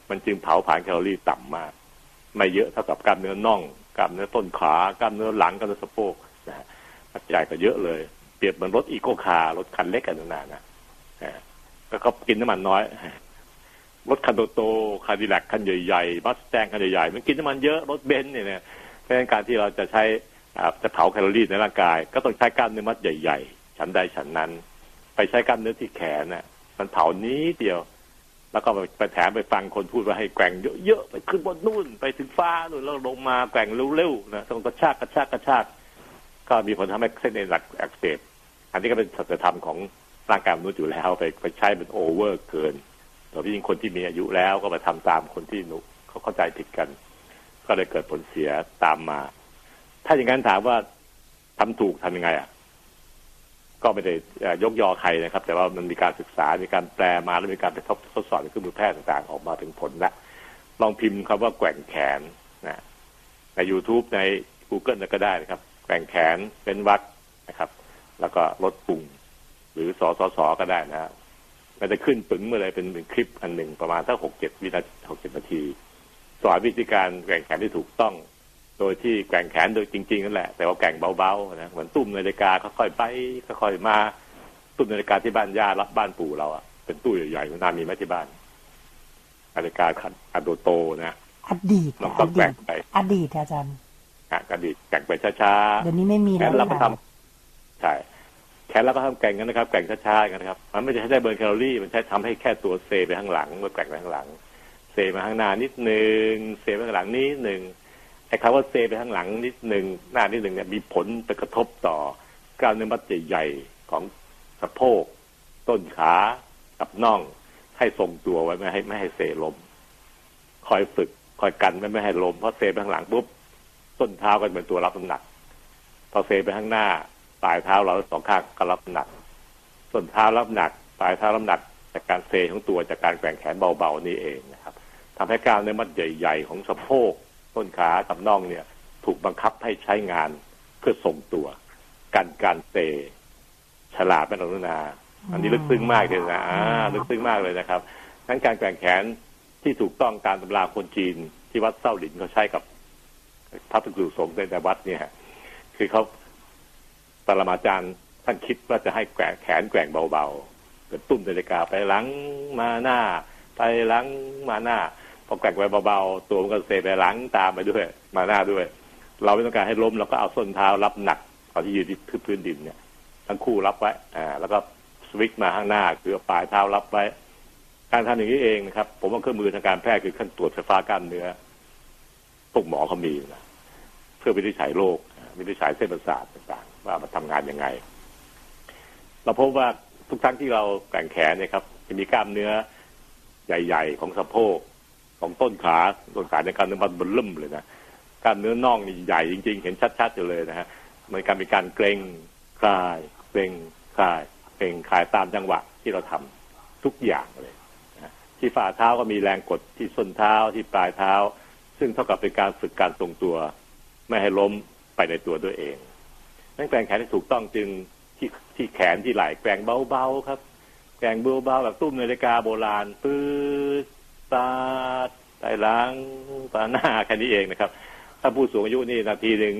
มันจึงเผาผลาญแคลอรี่ต่ำมากไม่เยอะเท่ากับกล้ามเนื้อน่องกล้ามเนื้อต้นขากล้ามเนื้อหลังกล้ามเนื้อสะโพกนะฮะใหญ่กว่าเยอะเลยเปรียบเหมือนรถอีโคคาร์รถคันเล็กกันนานนะก็เขากินน้ำมันน้อยรถคันโตๆคาดิแลกคันใหญ่ๆมัสแตงคันใหญ่ๆมันกินน้ำมันเยอะรถเบนซ์เนี่ยเพราะฉะนั้นการที่เราจะใช้จะเผาแคลอรี่ในร่างกายก็ต้องใช้กล้ามเนื้อมัดใหญ่ๆฉันใดฉันนั้นไปใช้กล้ามเนื้อที่แขนน่ะมันเผานี้เดียวแล้วก็ไปแถมไปฟังคนพูดว่าให้แกว่งเยอะๆไปขึ้นบนนู่นไปถึงฟ้านู่นแล้วลงมาแกว่งเร็วๆนะต้องกระชากก็มีผลทำให้เส้นเอ็นหลักอักเสบอันนี้ก็เป็นสัจธรรมของร่างกายมนุษย์อยู่แล้วไปใช้เป็นโอเวอร์เกินโดยเฉพาะยิ่งคนที่มีอายุแล้วก็มาทำตามคนที่เขาเข้าใจผิดกันก็เลยเกิดผลเสียตามมาถ้าอย่างนั้นถามว่าทำถูกทำยังไงก็ไม่ได้ยกยอใครนะครับแต่ว่ามันมีการศึกษามีการแปลมาแล้วมีการไปทดสอบในเครื่องมือแพทย์ต่างๆออกมาถึงผลแล้วลองพิมพ์คำว่าแกว่งแขนนะใน YouTube ใน Google ก็ได้นะครับแกว่งแขนเป็นวรรคนะครับแล้วก็ลดปุ่งหรือสก็ได้นะมันจะขึ้นปึ๋งมาเลยเป็นคลิปอันหนึ่งประมาณสัก6-7 นาทีสอนวิธีการแกว่งแขนที่ถูกต้องโดยที่แกว่งแขนโดยจริงๆนั่นแหละแต่ว่าแกว่งเบาๆนะเหมือนตุ้มนาฬิกาค่อยๆไปค่อยๆมาตุ้มนาฬิกาที่บ้านย่ารับบ้านปู่เราเป็นตู้ใหญ่ๆน่ามีไหมที่บ้านนาฬิกาอันโตนะอดีตต้องแกว่งไปอดีตอาจารย์อดีตแกว่งไปช้าๆเดี๋ยวนี้ไม่มีแล้วเราก็ทำใช่แขนเราก็ทำแกว่งกันนะครับแกว่งช้าๆกันนะครับมันไม่ใช่ได้เบิร์นแคลอรี่มันใช้ทำให้แค่ตัวเซไปข้างหลังเมื่อแกว่งไปข้างหลังเซมาข้างหน้านิดนึงเซไปข้างหลังนิดนึงไอ้คำว่าเซไปข้างหลังนิดนึงหน้านิดนึงเนี่ยมีผลไปกระทบต่อกล้ามเนื้อมัดใหญ่ๆของสะโพกต้นขากับน่องให้ทรงตัวไว้ไม่ให้เซล้มคอยฝึกคอยกันไม่ให้ล้มเพราะเซไปข้างหลังปุ๊บต้นเท้าก็เป็นตัวรับน้ำหนักพอเซไปข้างหน้าปลายเท้าเราสองข้างก็รับน้ำหนักต้นเท้ารับหนักปลายเท้ารับหนักจากการเซของตัวจากการแกว่งแขนเบาๆนี่เองนะครับทำให้กล้ามเนื้อมัดใหญ่ๆของสะโพกต้นขากับน่องเนี่ยถูกบังคับให้ใช้งานเพื่อทรงตัวการเซฉลาดเป็นอนุนาอันนี้ลึกซึ้งมากเลยนะลึกซึ้งมากเลยนะครับทั้งการแกว่งแขนที่ถูกต้องตามตำราคนจีนที่วัดเส้าหลินเขาใช้กับพระภิกษุสงฆ์ในวัดเนี่ยคือเขาปรมาจารย์ท่านคิดว่าจะให้แกว่งแขนแกว่งเบาๆเป็นตุ้มนาฬิกาไปหลังมาหน้าไปหลังมาหน้าพอแกว่งไปเบาๆตัวมันก็เซไปหลังตามไปด้วยมาหน้าด้วยเราไม่ต้องการให้ล้มเราก็เอาส้นเท้ารับหนักตอนที่ยืนที่พื้นดินเนี่ยทั้งคู่รับไว้แล้วก็สวิกมาข้างหน้าคือปลายเท้ารับไว้การทำอย่างนี้เองนะครับผมว่าเครื่องมือทางการแพทย์คือขั้นตรวจไฟฟ้ากล้ามเนื้อพวกหมอเขามีนะเพื่อวินิจฉัยโรควินิจฉัยเส้นประสาทต่างๆว่ามันทำงานยังไงเราพบว่าทุกครั้งที่เราแกว่งแขนเนี่ยครับจะมีกล้ามเนื้อใหญ่ๆของสะโพกของต้นขาในกล้ามเนื้อมันลุ่มเลยนะกล้ามเนื้อน่องนี่ใหญ่จริงๆเห็นชัดๆอยู่เลยนะฮะมันการมีการเกร็งคลายเกร็งคลายเกร็งคลายตามจังหวะที่เราทำทุกอย่างเลยนะที่ฝ่าเท้าก็มีแรงกดที่ส้นเท้าที่ปลายเท้าซึ่งเท่ากับเป็นการฝึกการทรงตัวไม่ให้ล้มไปในตัวด้วยเองนั่นแกว่งแขนที่ถูกต้องจึงที่แขนที่ไหล่แกว่งเบาๆครับแกว่งเบาๆแบบตุ้มนาฬิกาโบราณปื๊ดตาไต่หลังตาหน้าแค่นี้เองนะครับถ้าผู้สูงอายุนี่นาทีหนึ่ง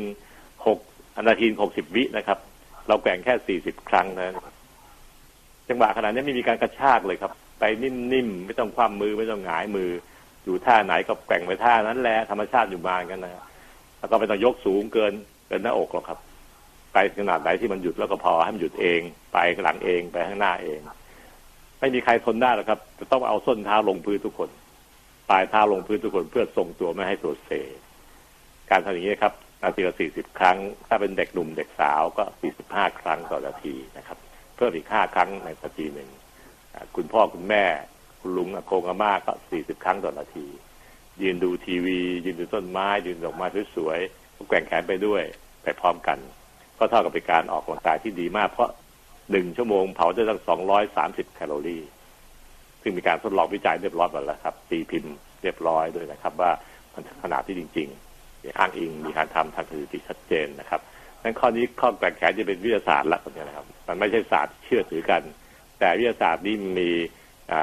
60 วินะครับเราแกว่งแค่40 ครั้งนะจังหวะขนาดนี้ไม่มีการกระชากเลยครับไปนิ่มๆไม่ต้องคว่ำมือไม่ต้องหงายมืออยู่ท่าไหนก็แกว่งไปท่านั้นแหละธรรมชาติอยู่มากันนะแล้วก็ไม่ต้องยกสูงเกินหน้าอกหรอกครับไปขนาดไหนที่มันหยุดแล้วก็พอให้มันหยุดเองไปข้างหลังเองไปข้างหน้าเองไม่มีใครทนได้หรอกครับจะต้องเอาส้นเท้าลงพื้นทุกคนปลายเท้าลงพื้นทุกคนเพื่อทรงตัวไม่ให้ตัวเซการทำอย่างนี้ครับนาทีละ40 ครั้งถ้าเป็นเด็กหนุ่มเด็กสาวก็45 ครั้งต่อนาทีนะครับเพิ่มอีก5 ครั้งในนาทีหนึ่งคุณพ่อคุณแม่คุณลุงอากงอาม่าก็40 ครั้งต่อนาทียืนดูทีวียืนดูต้นไม้ยืนดอกไม้สวยๆแกว่งแขนไปด้วยไปพร้อมกันก็เท่ากับเป็นการออกกำลังกายที่ดีมากเพราะ1 ชั่วโมงเผาได้ตั้ง230 แคลอรี่ซึ่งมีการทดลองวิจัยเรียบร้อยหมดแล้วครับตีพิมพ์เรียบร้อยด้วยนะครับว่ามันขนาดที่จริงๆอ้างอิงมีการทำทางสถิติชัดเจนนะครับงั้นข้อนี้ข้อแกว่งแขนจะเป็นวิทยาศาสตร์ละนะครับมันไม่ใช่ศาสตร์เชื่อถือกันแต่วิทยาศาสตร์นี้มี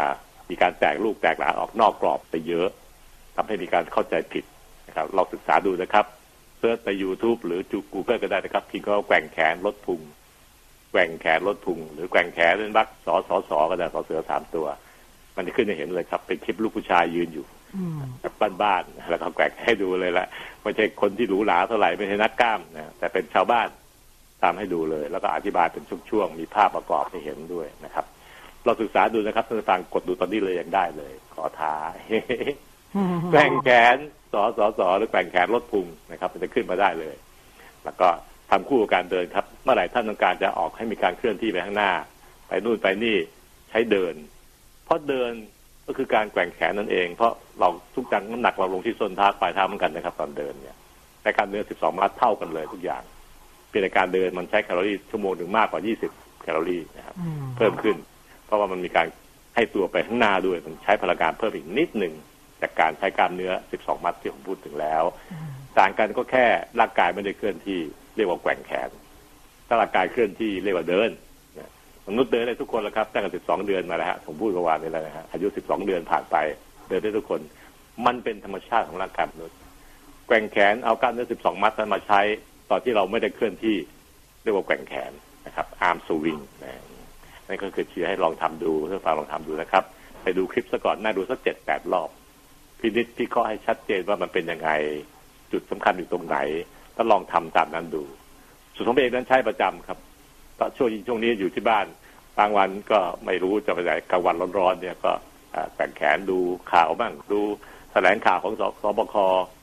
มีการแตกลูกแตกหลาออกนอกกรอบไปเยอะทำให้มีการเข้าใจผิดนะครับเราศึกษาดูนะครับเซิร์ชใน YouTube หรือจู Google ก็ได้นะครับพิมพ์คำว่าแกว่งแขนลดพุงแกว่งแขนลดพุงหรือแกว่งแขนเล่นบักสอก็ได้สอเสือ3ตัวมันจะขึ้นให้เห็นเลยครับเป็นคลิปลูกผู้ชายยืนอยู่แบบบ้านๆแล้วก็แกว่งให้ดูเลยละไม่ใช่คนที่หรูหราเท่าไหร่ไม่ใช่นักกล้ามนะแต่เป็นชาวบ้านตามให้ดูเลยแล้วก็อธิบายเป็นช่วงๆมีภาพประกอบให้เห็นด้วยนะครับเราศึกษาดูนะครับท่านผู้ฟังกดดูตอนนี้เลยยังได้เลยขอท้า แกว่งแขนสอหรือแกว่งแขนลดพุงนะครับมันจะขึ้นมาได้เลยแล้วก็ทำคู่กับการเดินครับเมื่อไหร่ท่านต้องการจะออกให้มีการเคลื่อนที่ไปข้างหน้าไปนู่นไปนี่ใช้เดินเพราะเดินก็คือการแกว่งแขนนั่นเองเพราะเราทุกจังน้ำหนักเราลงที่ส้นเท้าปลายเท้าเหมือนกันนะครับตอนเดินเนี่ยแต่การเดิน12 มัดเท่ากันเลยทุกอย่างเพียงแต่การเดินมันใช้แคลอรี่ชั่วโมงหนึ่งมากกว่า20 แคลอรี่นะครับเพิ่มขึ้นเพราะว่ามันมีการให้ตัวไปข้างหน้าด้วยมันใช้พลังงานเพิ่มอีกนิดหนึ่งจากการใช้กล้ามเนื้อ12 มัดที่ผมพูดถึงแล้วต่างกันก็แค่ร่างกายไม่ได้เคลื่อนที่เรียกว่าแกว่งแขนถ้าร่างกายเคลื่อนที่เรียกว่าเดินมนุษย์เดินได้ทุกคนแล้วครับตั้งแต่12 เดือนมาแล้วฮะผมพูดเมื่อวานนี้แล้วนะฮะอายุ12 เดือนผ่านไปเดินได้ทุกคนมันเป็นธรรมชาติของร่างกายมนุษย์แกว่งแขนเอากล้ามเนื้อ12 มัดนั้นมาใช้ตอนที่เราไม่ได้เคลื่อนที่เรียกว่าแกว่งแขนนะครับอาร์มสวิงนั่นก็คือเชียร์ให้ลองทำดูเพื่อฟังลองทำดูนะครับไปดูคลิปซะก่อนน่าดูสัก 7-8 รอบพินิจพิเคราะห์ให้ชัดเจนว่ามันเป็นยังไงจุดสำคัญอยู่ตรงไหนแล้วลองทำตามนั้นดูส่วนผมเองนั้นใช้ประจำครับช่วงนี้อยู่ที่บ้านบางวันก็ไม่รู้จะไปไหนกลางวันร้อนๆเนี่ยก็แกว่งแขนดูข่าวบ้างดูแถลงข่าวของสบค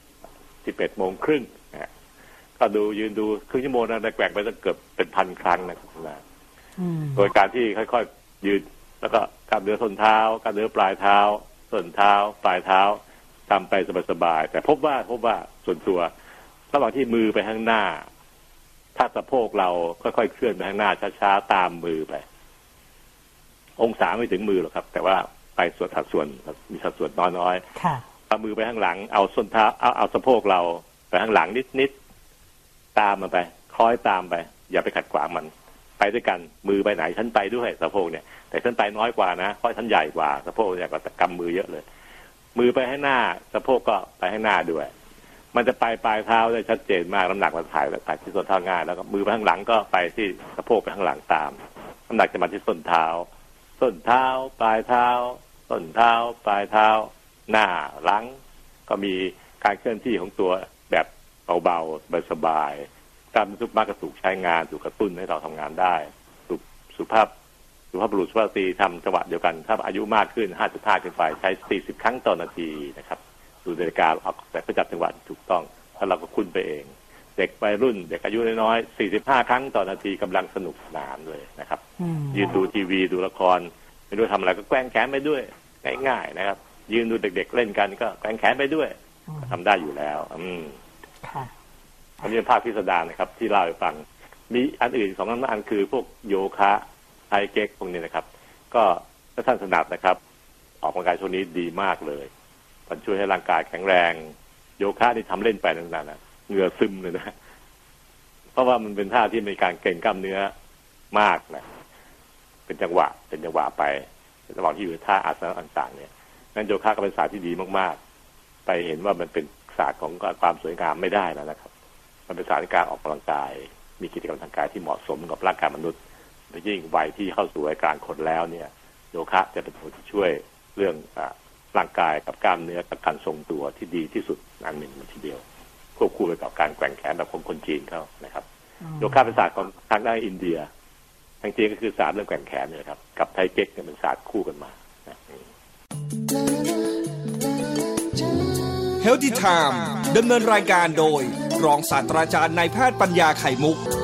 11:30 น.ก็ดูยืนดูครึ่งชั่วโมงนะได้แกว่งไปตั้งเกือบเป็นพันครั้งนะครับโดยการที่ค่อยๆยืนแล้วก็กล้ามเนื้อส้นเท้ากล้ามเนื้อปลายเท้าส้นเท้าปลายเท้าทำไปสบายๆแต่พบว่าส่วนตัวระหว่างที่มือไปข้างหน้าถ้าสะโพกเราค่อยๆเคลื่อนไปข้างหน้าช้าๆตามมือไปองศาไม่ถึงมือหรอกครับแต่ว่าไปสัดส่วนมีสัดส่วนน้อยๆเอามือไปข้างหลังเอาส้นเท้าเอาสะโพกเราไปข้างหลังนิดๆตามมันไปคล้อยตามไปอย่าไปขัดขวางมันไปด้วยกันมือไปไหนฉันไปด้วยสะโพกเนี่ยแต่ฉันไปน้อยกว่านะเพราะฉันใหญ่กว่าสะโพกใหญ่กว่ากำมือเยอะเลยมือไปข้างหน้าสะโพกก็ไปข้างหน้าด้วยมันจะไปปลายเท้าได้ชัดเจนมากน้ำหนักมันถ่ายที่ส้นเท้าง่ายแล้วก็มือไปข้างหลังก็ไปที่สะโพกไปข้างหลังตามน้ำหนักจะมาที่ส้นเท้าปลายเท้าส้นเท้าปลายเท้าหน้าหลังก็มีการเคลื่อนที่ของตัวแบบเบาๆสบายๆกล้ามเนื้อทุกมัดก็ถูกใช้งานถูกกระตุ้นให้เราทำงานได้สุภาพบุรุษสุภาพสตรีทำจังหวะเดียวกันถ้าอายุมากขึ้น 5.5 ขึ้นไปใช้40 ครั้งต่อนาทีนะครับดูนาฬิกาเอาแต่ไปจับจังหวะถูกต้องแล้วเราก็คุ้นไปเองเด็กวัยรุ่นเด็กอายุน้อยๆ45 ครั้งต่อนาทีกำลังสนุกสนานเลยนะครับยืนดูทีวีดูละครไม่รู้ทำอะไรก็แกว่งแขนไปด้วยง่ายๆนะครับยืนดูเด็กๆเล่นกันก็แกว่งแขนไปด้วยทำได้อยู่แล้วอันนี้เป็นภาพพิสดารนะครับที่เล่าให้ฟังมีอันอื่น2 อันคือพวกโยคะไทเก๊กพวกนี้นะครับก็ถ้าท่านถนัดนะครับออกกำลังกายช่วงนี้ดีมากเลยมันช่วยให้ร่างกายแข็งแรงโยคะนี่ทำเล่นไปนานๆนะเหงื่อซึมเลยนะเพราะว่ามันเป็นท่าที่มีการเกร็งกล้ามเนื้อมากนะเป็นจังหวะไประหว่างที่อยู่ท่าอาสนะต่างๆเนี่ยนั้นโยคะก็เป็นศาสตร์ที่ดีมากๆไปเห็นว่ามันเป็นศาสตร์ของความสวยงามไม่ได้แล้วนะครับมันเป็นศาสตร์การออกกำลังกายมีกิจกรรมทางกายที่เหมาะสมกับร่างกายมนุษย์และยิ่งวัยที่เข้าสู่วัยกลางคนแล้วเนี่ยโยคะจะเป็นตัวที่ช่วยเรื่องร่างกายกับกล้ามเนื้อกับการทรงตัวที่ดีที่สุดอันหนึ่งมันทีเดียวควบคู่ไปกับการแกว่งแขนแบบของคนจีนเขานะครับโยคะเป็นศาสตร์ของทางด้านอินเดียทางจีนก็คือศาสตร์เรื่องแกว่งแขนเนี่ยครับกับไทเก๊กเนี่ยเป็นศาสตร์คู่กันมา Healthy Time ดำเนินรายการโดยรองศาสตราจารย์นายแพทย์ปัญญาไข่มุก